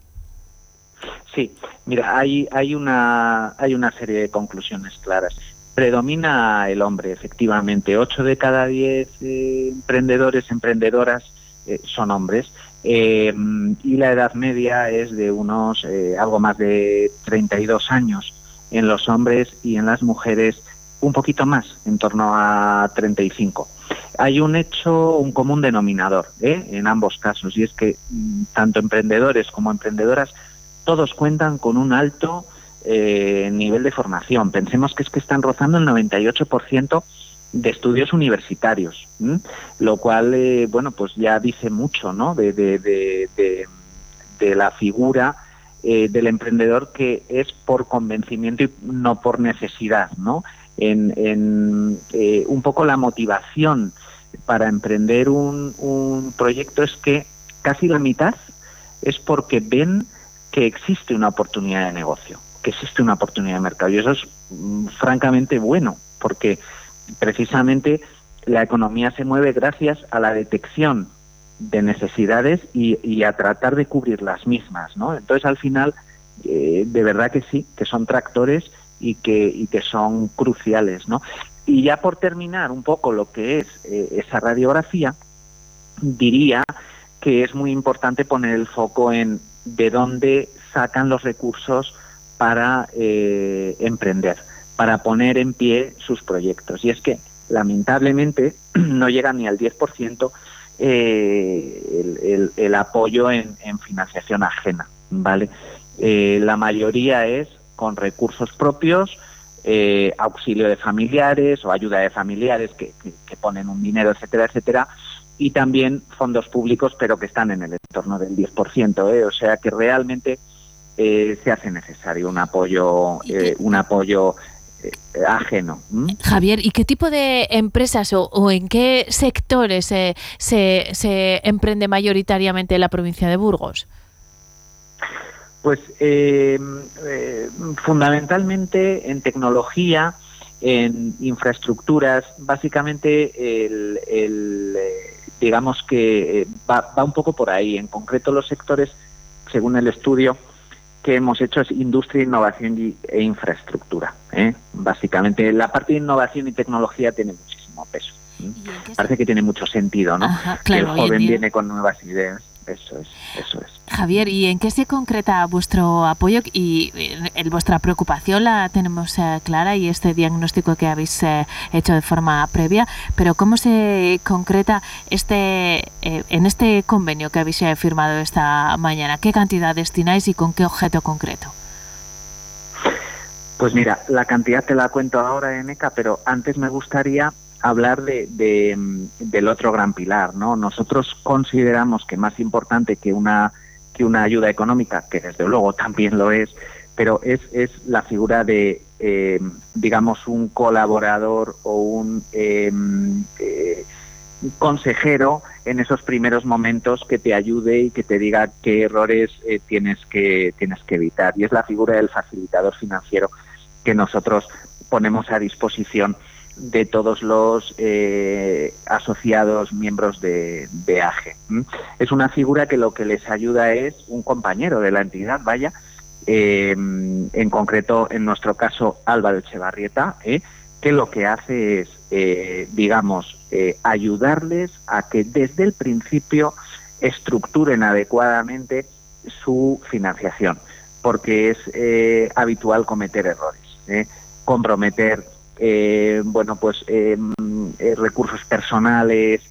Sí, mira, hay, hay, una, hay una serie de conclusiones claras. Predomina el hombre, efectivamente. Ocho de cada diez eh, emprendedores, emprendedoras eh, son hombres. Eh, y la edad media es de unos eh, algo más de treinta y dos años en los hombres, y en las mujeres un poquito más, en torno a treinta y cinco. Hay un hecho, un común denominador ¿eh? en ambos casos, y es que tanto emprendedores como emprendedoras todos cuentan con un alto Eh, nivel de formación. Pensemos que es que están rozando el noventa y ocho por ciento de estudios universitarios, ¿m? Lo cual, eh, bueno, pues ya dice mucho, ¿no?, de, de, de, de, de la figura eh, del emprendedor, que es por convencimiento y no por necesidad, ¿no? En, en eh, un poco la motivación para emprender un, un proyecto es que casi la mitad es porque ven que existe una oportunidad de negocio, que existe una oportunidad de mercado. Y eso es mm, francamente bueno, porque precisamente la economía se mueve gracias a la detección de necesidades y, y a tratar de cubrir las mismas, ¿no? Entonces, al final, eh, de verdad que sí, que son tractores y que, y que son cruciales, ¿no? Y ya por terminar un poco lo que es eh, esa radiografía, diría que es muy importante poner el foco en de dónde sacan los recursos para eh, emprender, para poner en pie sus proyectos. Y es que, lamentablemente, no llega ni al diez por ciento eh, el, el, el apoyo en, en financiación ajena, ¿vale? Eh, la mayoría es con recursos propios, eh, auxilio de familiares o ayuda de familiares que, que, que ponen un dinero, etcétera, etcétera, y también fondos públicos, pero que están en el entorno del diez por ciento, ¿eh? O sea que realmente eh, se hace necesario un apoyo, eh, un apoyo eh, ajeno. ¿Mm? Javier, ¿y qué tipo de empresas o, o en qué sectores eh, se, se emprende mayoritariamente en la provincia de Burgos? Pues eh, eh, fundamentalmente en tecnología, en infraestructuras, básicamente el, el eh, digamos que va, va un poco por ahí. En concreto los sectores, según el estudio que hemos hecho, es industria, innovación y, e infraestructura. ¿eh? Básicamente la parte de innovación y tecnología tiene muchísimo peso. ¿eh? Parece que tiene mucho sentido, ¿no? Ajá, claro, que el joven día... viene con nuevas ideas. Eso es, eso es. Javier, ¿y en qué se concreta vuestro apoyo? Y eh, vuestra preocupación la tenemos eh, clara, y este diagnóstico que habéis eh, hecho de forma previa, pero ¿cómo se concreta este eh, en este convenio que habéis eh, firmado esta mañana? ¿Qué cantidad destináis y con qué objeto concreto? Pues mira, la cantidad te la cuento ahora, Eneca, pero antes me gustaría hablar de, de, del otro gran pilar, ¿no? Nosotros consideramos que más importante que una que una ayuda económica, que desde luego también lo es, pero es, es la figura de, eh, digamos, un colaborador o un eh, eh, consejero en esos primeros momentos que te ayude y que te diga qué errores eh, tienes que tienes que evitar. Y es la figura del facilitador financiero que nosotros ponemos a disposición de todos los eh, asociados miembros de, de A G E. ¿Mm? Es una figura que lo que les ayuda es un compañero de la entidad, vaya, eh, en concreto, en nuestro caso, Álvaro Echevarrieta, ¿eh? que lo que hace es, eh, digamos, eh, ayudarles a que desde el principio estructuren adecuadamente su financiación, porque es eh, habitual cometer errores, ¿eh? comprometer Eh, bueno, pues eh, eh, recursos personales,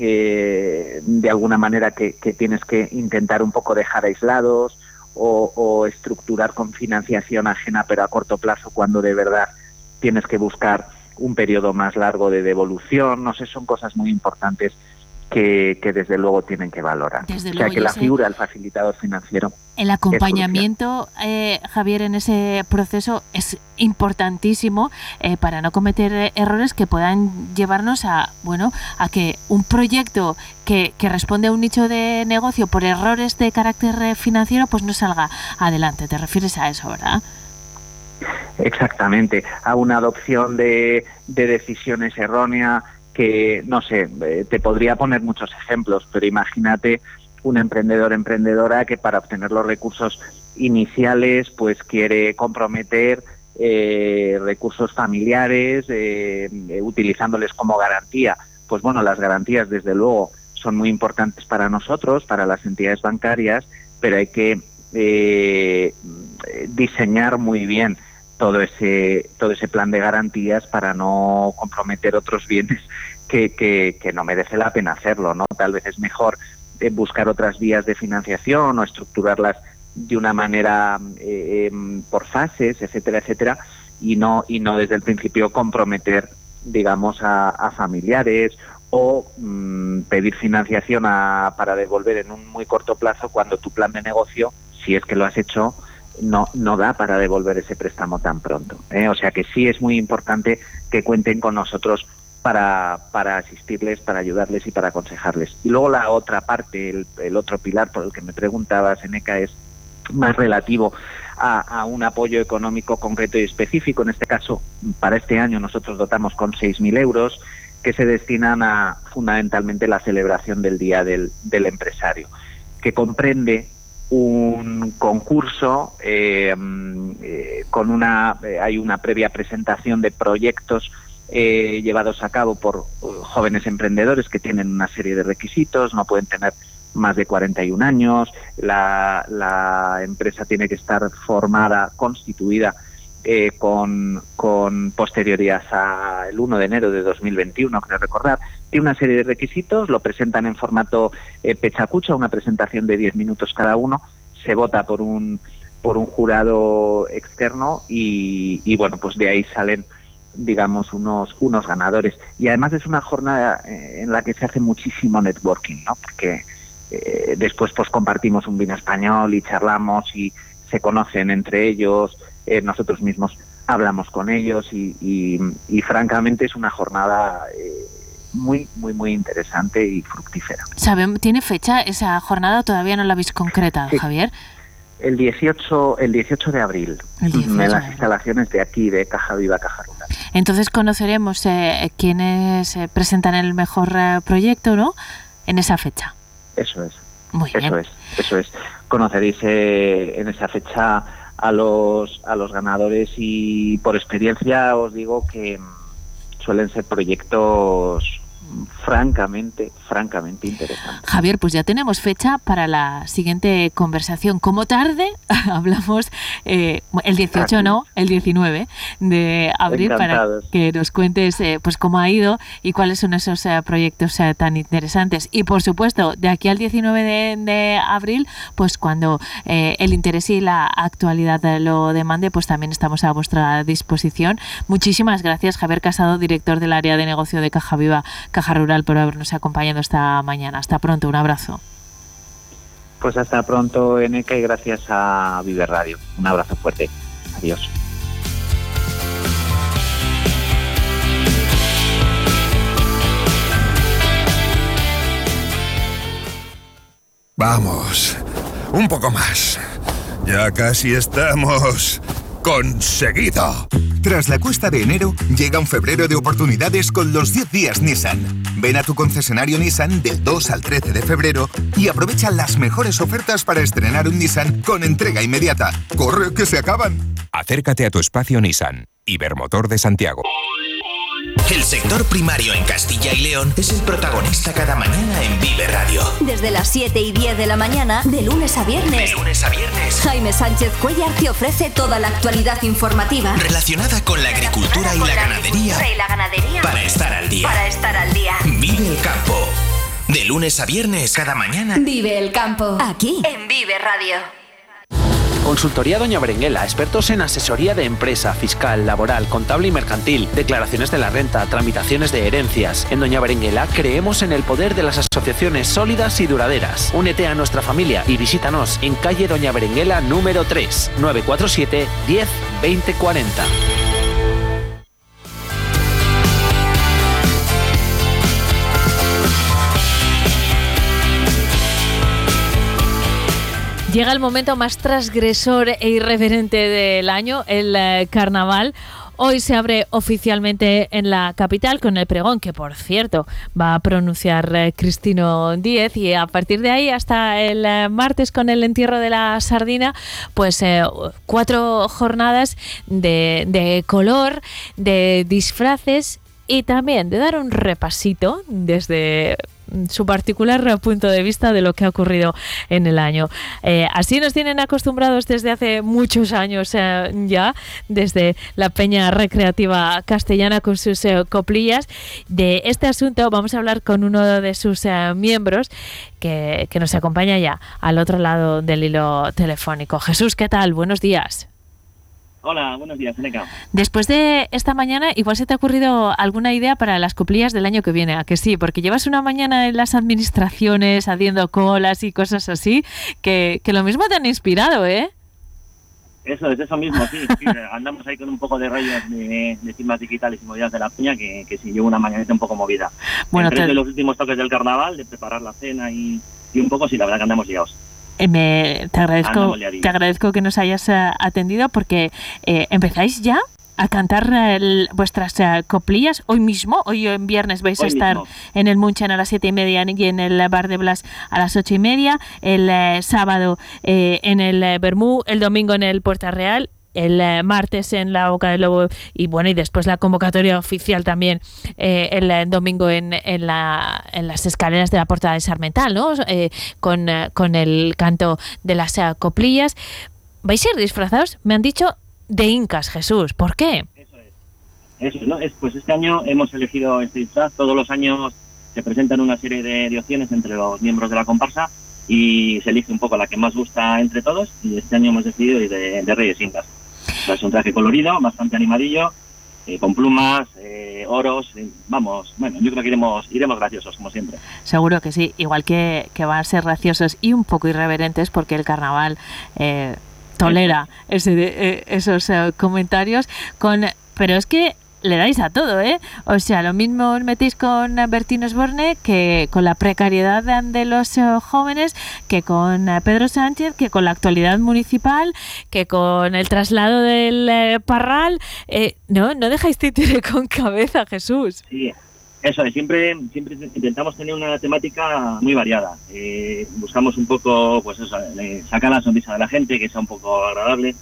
eh, de alguna manera que, que tienes que intentar un poco dejar aislados, o, o estructurar con financiación ajena pero a corto plazo cuando de verdad tienes que buscar un periodo más largo de devolución. No sé, son cosas muy importantes que, que desde luego tienen que valorar. Desde o luego, sea que la sé. figura del facilitador financiero, el acompañamiento, eh, Javier, en ese proceso es importantísimo eh, para no cometer eh, errores que puedan llevarnos a, bueno, a que un proyecto que, que responde a un nicho de negocio por errores de carácter eh, financiero pues no salga adelante. Te refieres a eso, ¿verdad? Exactamente, a una adopción de, de decisiones erróneas que, no sé, eh, te podría poner muchos ejemplos, pero imagínate un emprendedor, emprendedora que para obtener los recursos iniciales pues quiere comprometer eh, recursos familiares eh, eh, utilizándoles como garantía. Pues bueno, las garantías desde luego son muy importantes para nosotros, para las entidades bancarias, pero hay que eh, diseñar muy bien todo ese todo ese plan de garantías para no comprometer otros bienes que, que, que no merece la pena hacerlo, ¿no? Tal vez es mejor eh, buscar otras vías de financiación o estructurarlas de una manera eh, eh, por fases, etcétera, etcétera, y no y no desde el principio comprometer, digamos, a, a familiares o mmm, pedir financiación a, para devolver en un muy corto plazo cuando tu plan de negocio, si es que lo has hecho, no no da para devolver ese préstamo tan pronto, ¿eh? O sea que sí es muy importante que cuenten con nosotros para para asistirles, para ayudarles y para aconsejarles. Y luego la otra parte, el, el otro pilar por el que me preguntabas, Eneca, es más relativo a, a un apoyo económico concreto y específico. En este caso, para este año nosotros dotamos con seis mil euros que se destinan a fundamentalmente la celebración del Día del, del Empresario, que comprende un concurso eh, eh, con una eh, hay una previa presentación de proyectos eh, llevados a cabo por uh, jóvenes emprendedores que tienen una serie de requisitos. No pueden tener más de cuarenta y un años, la, la empresa tiene que estar formada, constituida eh, con, con posterioridad al uno de enero de dos mil veintiuno, creo recordar. Tiene una serie de requisitos, lo presentan en formato eh, pechacucha, una presentación de diez minutos cada uno, se vota por un por un jurado externo y, y bueno, pues de ahí salen, digamos, unos unos ganadores. Y además es una jornada eh, en la que se hace muchísimo networking, ¿no? Porque eh, después pues compartimos un vino español y charlamos y se conocen entre ellos, eh, nosotros mismos hablamos con ellos y, y, y francamente es una jornada eh, muy, muy, muy interesante y fructífera. ¿Saben, ¿Tiene fecha esa jornada o todavía no la habéis concretado, sí. Javier? El dieciocho, el dieciocho de abril, el dieciocho en las instalaciones de aquí, de Caja Viva Caja Rural. Entonces conoceremos eh, quiénes eh, presentan el mejor eh, proyecto, ¿no?, en esa fecha. Eso es. Muy bien. Eso es, eso es. Conoceréis eh, en esa fecha a los a los ganadores y por experiencia os digo que suelen ser proyectos francamente, francamente interesante. Javier, pues ya tenemos fecha para la siguiente conversación. Como tarde, hablamos eh, el dieciocho, Aquí. no, el diecinueve de abril. Encantados. Para que nos cuentes eh, pues cómo ha ido y cuáles son esos eh, proyectos eh, tan interesantes. Y por supuesto, de aquí al diecinueve de, de abril, pues cuando eh, el interés y la actualidad lo demande, pues también estamos a vuestra disposición. Muchísimas gracias, Javier Casado, director del área de negocio de Caja Viva Caja Rural, por habernos acompañado esta mañana. Hasta pronto, un abrazo. Pues hasta pronto, Eneca, y gracias a Vive Radio. Un abrazo fuerte. Adiós. Vamos, un poco más. Ya casi estamos... ¡conseguido! Tras la cuesta de enero, llega un febrero de oportunidades con los diez días Nissan. Ven a tu concesionario Nissan del dos al trece de febrero y aprovecha las mejores ofertas para estrenar un Nissan con entrega inmediata. ¡Corre, que se acaban! Acércate a tu espacio Nissan. Ibermotor de Santiago. El sector primario en Castilla y León es el protagonista cada mañana en Vive Radio. Desde las siete y diez de la mañana, de lunes a viernes. De lunes a viernes. Jaime Sánchez Cuellar te ofrece toda la actualidad informativa relacionada con la agricultura, y, la con la ganadería, agricultura y la ganadería. Para estar al día. Para estar al día. Vive el campo. De lunes a viernes, cada mañana. Vive el campo. Aquí, en Vive Radio. Consultoría Doña Berenguela, expertos en asesoría de empresa, fiscal, laboral, contable y mercantil, declaraciones de la renta, tramitaciones de herencias. En Doña Berenguela creemos en el poder de las asociaciones sólidas y duraderas. Únete a nuestra familia y visítanos en calle Doña Berenguela número tres, nueve cuatro siete, diez, veinte, cuarenta. Llega el momento más transgresor e irreverente del año, el eh, carnaval. Hoy se abre oficialmente en la capital con el pregón, que por cierto va a pronunciar eh, Cristino Díez, y a partir de ahí hasta el eh, martes con el entierro de la sardina, pues eh, cuatro jornadas de, de color, de disfraces y también de dar un repasito desde su particular punto de vista de lo que ha ocurrido en el año. Eh, así nos tienen acostumbrados desde hace muchos años eh, ya, desde la Peña Recreativa Castellana con sus eh, coplillas. De este asunto vamos a hablar con uno de sus eh, miembros que, que nos acompaña ya al otro lado del hilo telefónico. Jesús, ¿qué tal? Buenos días. Hola, buenos días, Eneca. Después de esta mañana, igual se te ha ocurrido alguna idea para las coplillas del año que viene, ¿a que sí? Porque llevas una mañana en las administraciones haciendo colas y cosas así, que, que lo mismo te han inspirado, ¿eh? Eso es, eso mismo, sí. sí andamos ahí con un poco de rayos de, de firmas digitales y movidas de la Peña, que, que sí, llevo una mañanita un poco movida. Bueno, Entre te... de los últimos toques del carnaval, de preparar la cena y, y un poco, sí, la verdad que andamos liados. Me, te agradezco te agradezco que nos hayas uh, atendido porque eh, empezáis ya a cantar el, vuestras uh, coplillas hoy mismo. Hoy en viernes vais hoy a estar mismo en el Munchen a las siete y media y en el Bar de Blas a las ocho y media, el uh, sábado eh, en el uh, Bermú, el domingo en el Puerta Real, el eh, martes en la Boca del Lobo y bueno, y después la convocatoria oficial también eh, el, el domingo en, en, la, en las escaleras de la Portada de Sarmental, ¿no? Eh, con, eh, con el canto de las eh, coplillas. ¿Vais a ir disfrazados? Me han dicho de incas, Jesús. ¿Por qué? Eso es. Eso es, ¿no? Es, pues este año hemos elegido este disfraz. Todos los años se presentan una serie de, de opciones entre los miembros de la comparsa y se elige un poco la que más gusta entre todos, y este año hemos decidido ir de, de Reyes Incas. O sea, es un traje colorido, bastante animadillo, eh, con plumas, eh, oros, eh, vamos, bueno, yo creo que iremos iremos graciosos, como siempre. Seguro que sí, igual que, que van a ser graciosos y un poco irreverentes, porque el carnaval... Eh, tolera ese, eh, esos eh, comentarios. Con, pero es que le dais a todo, ¿eh? O sea, lo mismo os metéis con Bertín Osborne que con la precariedad de, de los uh, jóvenes, que con uh, Pedro Sánchez, que con la actualidad municipal, que con el traslado del uh, Parral. Eh, no, no dejáis títere con cabeza, Jesús. Sí, eso es, siempre, siempre intentamos tener una temática muy variada. Eh, buscamos un poco, pues eso, eh, sacar la sonrisa de la gente, que sea un poco agradable.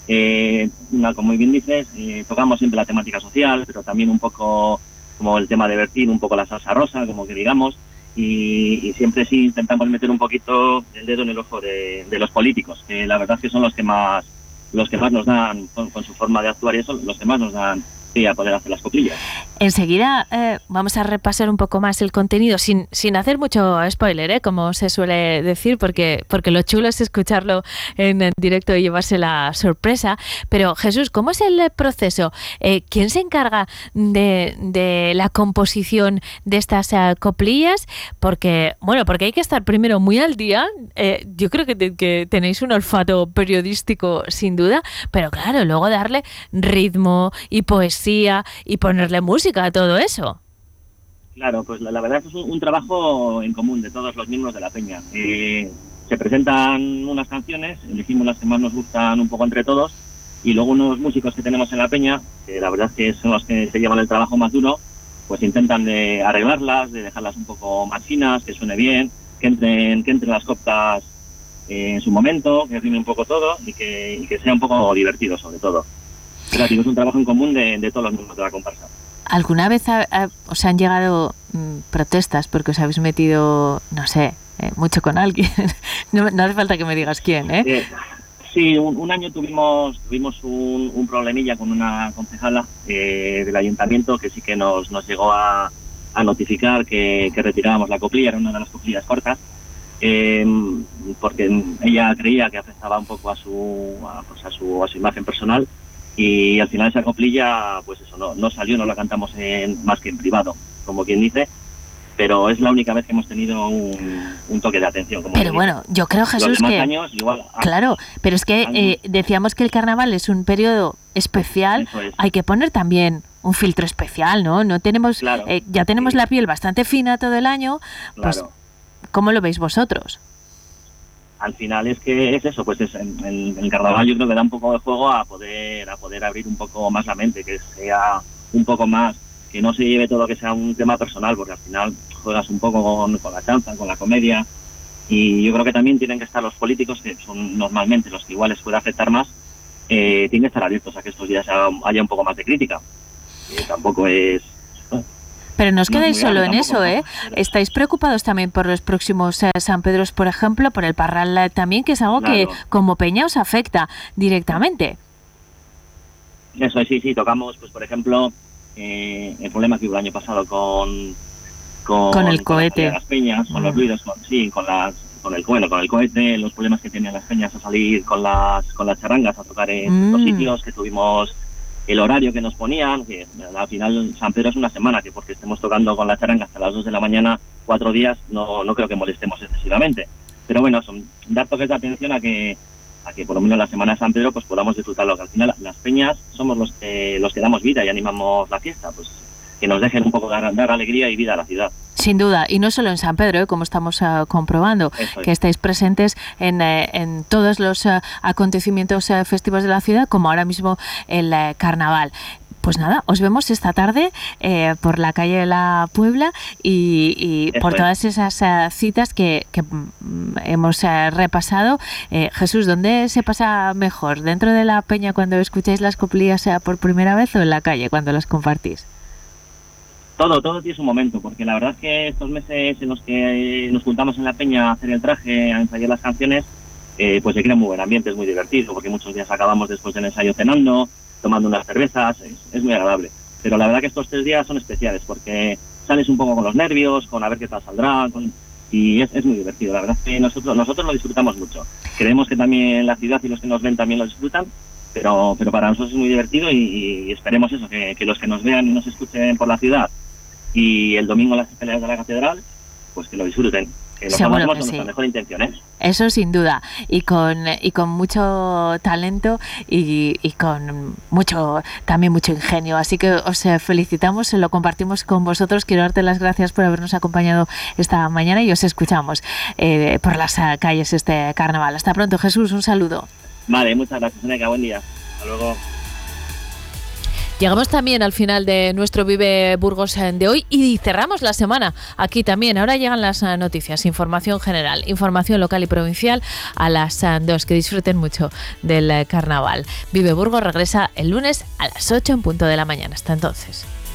Eh, como bien dices, eh, tocamos siempre la temática social, pero también un poco como el tema de Bertín, un poco la salsa rosa, como que digamos, y, y siempre sí intentamos meter un poquito el dedo en el ojo de, de los políticos, que la verdad es que son los que más los que más nos dan, con, con su forma de actuar y eso, los que más nos dan sí, a poder hacer las coplillas. Enseguida eh, vamos a repasar un poco más el contenido, sin, sin hacer mucho spoiler, ¿eh? Como se suele decir, porque, porque lo chulo es escucharlo en, en directo y llevarse la sorpresa. Pero Jesús, ¿cómo es el proceso? Eh, ¿Quién se encarga de, de la composición de estas uh, coplillas? Porque, bueno, porque hay que estar primero muy al día. Eh, yo creo que, te, que tenéis un olfato periodístico sin duda, pero claro, luego darle ritmo y poesía y ponerle música a todo eso. Claro, pues la, la verdad es un, un trabajo en común de todos los miembros de la peña. Eh, se presentan unas canciones, elegimos las que más nos gustan un poco entre todos, y luego unos músicos que tenemos en la peña, que la verdad es que son los que se llevan el trabajo más duro, pues intentan de arreglarlas, de dejarlas un poco más finas, que suene bien, que entren, que entren las coplas eh, en su momento, que rime un poco todo y que, y que sea un poco divertido sobre todo. Pero digo, es un trabajo en común de, de todos los miembros de la comparsa. ¿Alguna vez a, a, os han llegado mmm, protestas porque os habéis metido, no sé, eh, mucho con alguien? no, no hace falta que me digas quién, ¿eh? eh sí, un, un año tuvimos tuvimos un, un problemilla con una concejala eh, del ayuntamiento que sí que nos, nos llegó a, a notificar que, que retirábamos la coplilla, era una de las coplillas cortas, eh, porque ella creía que afectaba un poco a su, a, pues a su, a su imagen personal. Y al final esa coplilla, pues eso, no, no salió, no la cantamos en, más que en privado, como quien dice, pero es la única vez que hemos tenido un, un toque de atención. Como pero bueno, dice. Yo creo, Jesús, que... años, igual, claro, pero es que eh, decíamos que el carnaval es un periodo especial, es. Hay que poner también un filtro especial, ¿no? No tenemos, claro, eh, ya tenemos sí. la piel bastante fina todo el año, pues claro. ¿Cómo lo veis vosotros? Al final es que es eso, pues es en, en, en el carnaval yo creo que da un poco de juego a poder a poder abrir un poco más la mente, que sea un poco más, que no se lleve todo que sea un tema personal, porque al final juegas un poco con, con la chanza, con la comedia, y yo creo que también tienen que estar los políticos, que son normalmente los que igual les puede afectar más, eh, tienen que estar abiertos a que estos días haya un poco más de crítica, que tampoco es... Pero no os quedáis no, solo en eso, ¿eh? Estáis preocupados también por los próximos eh, San Pedros, por ejemplo, por el Parral también, que es algo claro. que como peña os afecta directamente. Eso, sí, sí, tocamos, pues por ejemplo, eh, el problema que hubo el año pasado con... Con, con el cohete. Con las peñas, con mm. los ruidos, con, sí, con las... Con el, bueno, con el cohete, los problemas que tenían las peñas a salir con las con las charangas, a tocar en mm. los sitios, que tuvimos... el horario que nos ponían, que al final San Pedro es una semana, que porque estemos tocando con la charanga hasta las dos de la mañana, cuatro días, no, no creo que molestemos excesivamente. Pero bueno, son dar toques de atención a que a que por lo menos la semana de San Pedro pues podamos disfrutarlo, que al final las peñas somos los que los que damos vida y animamos la fiesta, pues que nos dejen un poco dar, dar alegría y vida a la ciudad. Sin duda, y no solo en San Pedro, ¿eh? Como estamos uh, comprobando, es. que estáis presentes en, eh, en todos los uh, acontecimientos uh, festivos de la ciudad, como ahora mismo el uh, carnaval. Pues nada, os vemos esta tarde eh, por la calle de la Puebla y, y por todas esas uh, citas que, que mm, hemos uh, repasado. Eh, Jesús, ¿dónde se pasa mejor? ¿Dentro de la peña cuando escucháis las coplillas uh, por primera vez o en la calle cuando las compartís? Todo, todo tiene su momento, porque la verdad es que estos meses en los que nos juntamos en la peña a hacer el traje, a ensayar las canciones, eh, pues se crea muy buen ambiente, es muy divertido, porque muchos días acabamos después del ensayo cenando, tomando unas cervezas, es, es muy agradable. Pero la verdad que estos tres días son especiales, porque sales un poco con los nervios, con a ver qué tal saldrá, con, y es, es muy divertido. La verdad es que nosotros, nosotros lo disfrutamos mucho. Creemos que también la ciudad y los que nos ven también lo disfrutan, pero, pero para nosotros es muy divertido y, y esperemos eso, que, que los que nos vean y nos escuchen por la ciudad y el domingo las peleas de la catedral, pues que lo disfruten. que lo Seguro hacemos que con sí. nuestra mejor intención, ¿eh? Eso sin duda, y con, y con mucho talento y, y con mucho, también mucho ingenio. Así que os felicitamos, lo compartimos con vosotros. Quiero darte las gracias por habernos acompañado esta mañana y os escuchamos eh, por las calles este carnaval. Hasta pronto, Jesús, un saludo. Vale, muchas gracias, Neca, buen día. Hasta luego. Llegamos también al final de nuestro Vive Burgos de hoy y cerramos la semana aquí también. Ahora llegan las noticias, información general, información local y provincial a las dos. Que disfruten mucho del carnaval. Vive Burgos regresa el lunes a las ocho en punto de la mañana. Hasta entonces.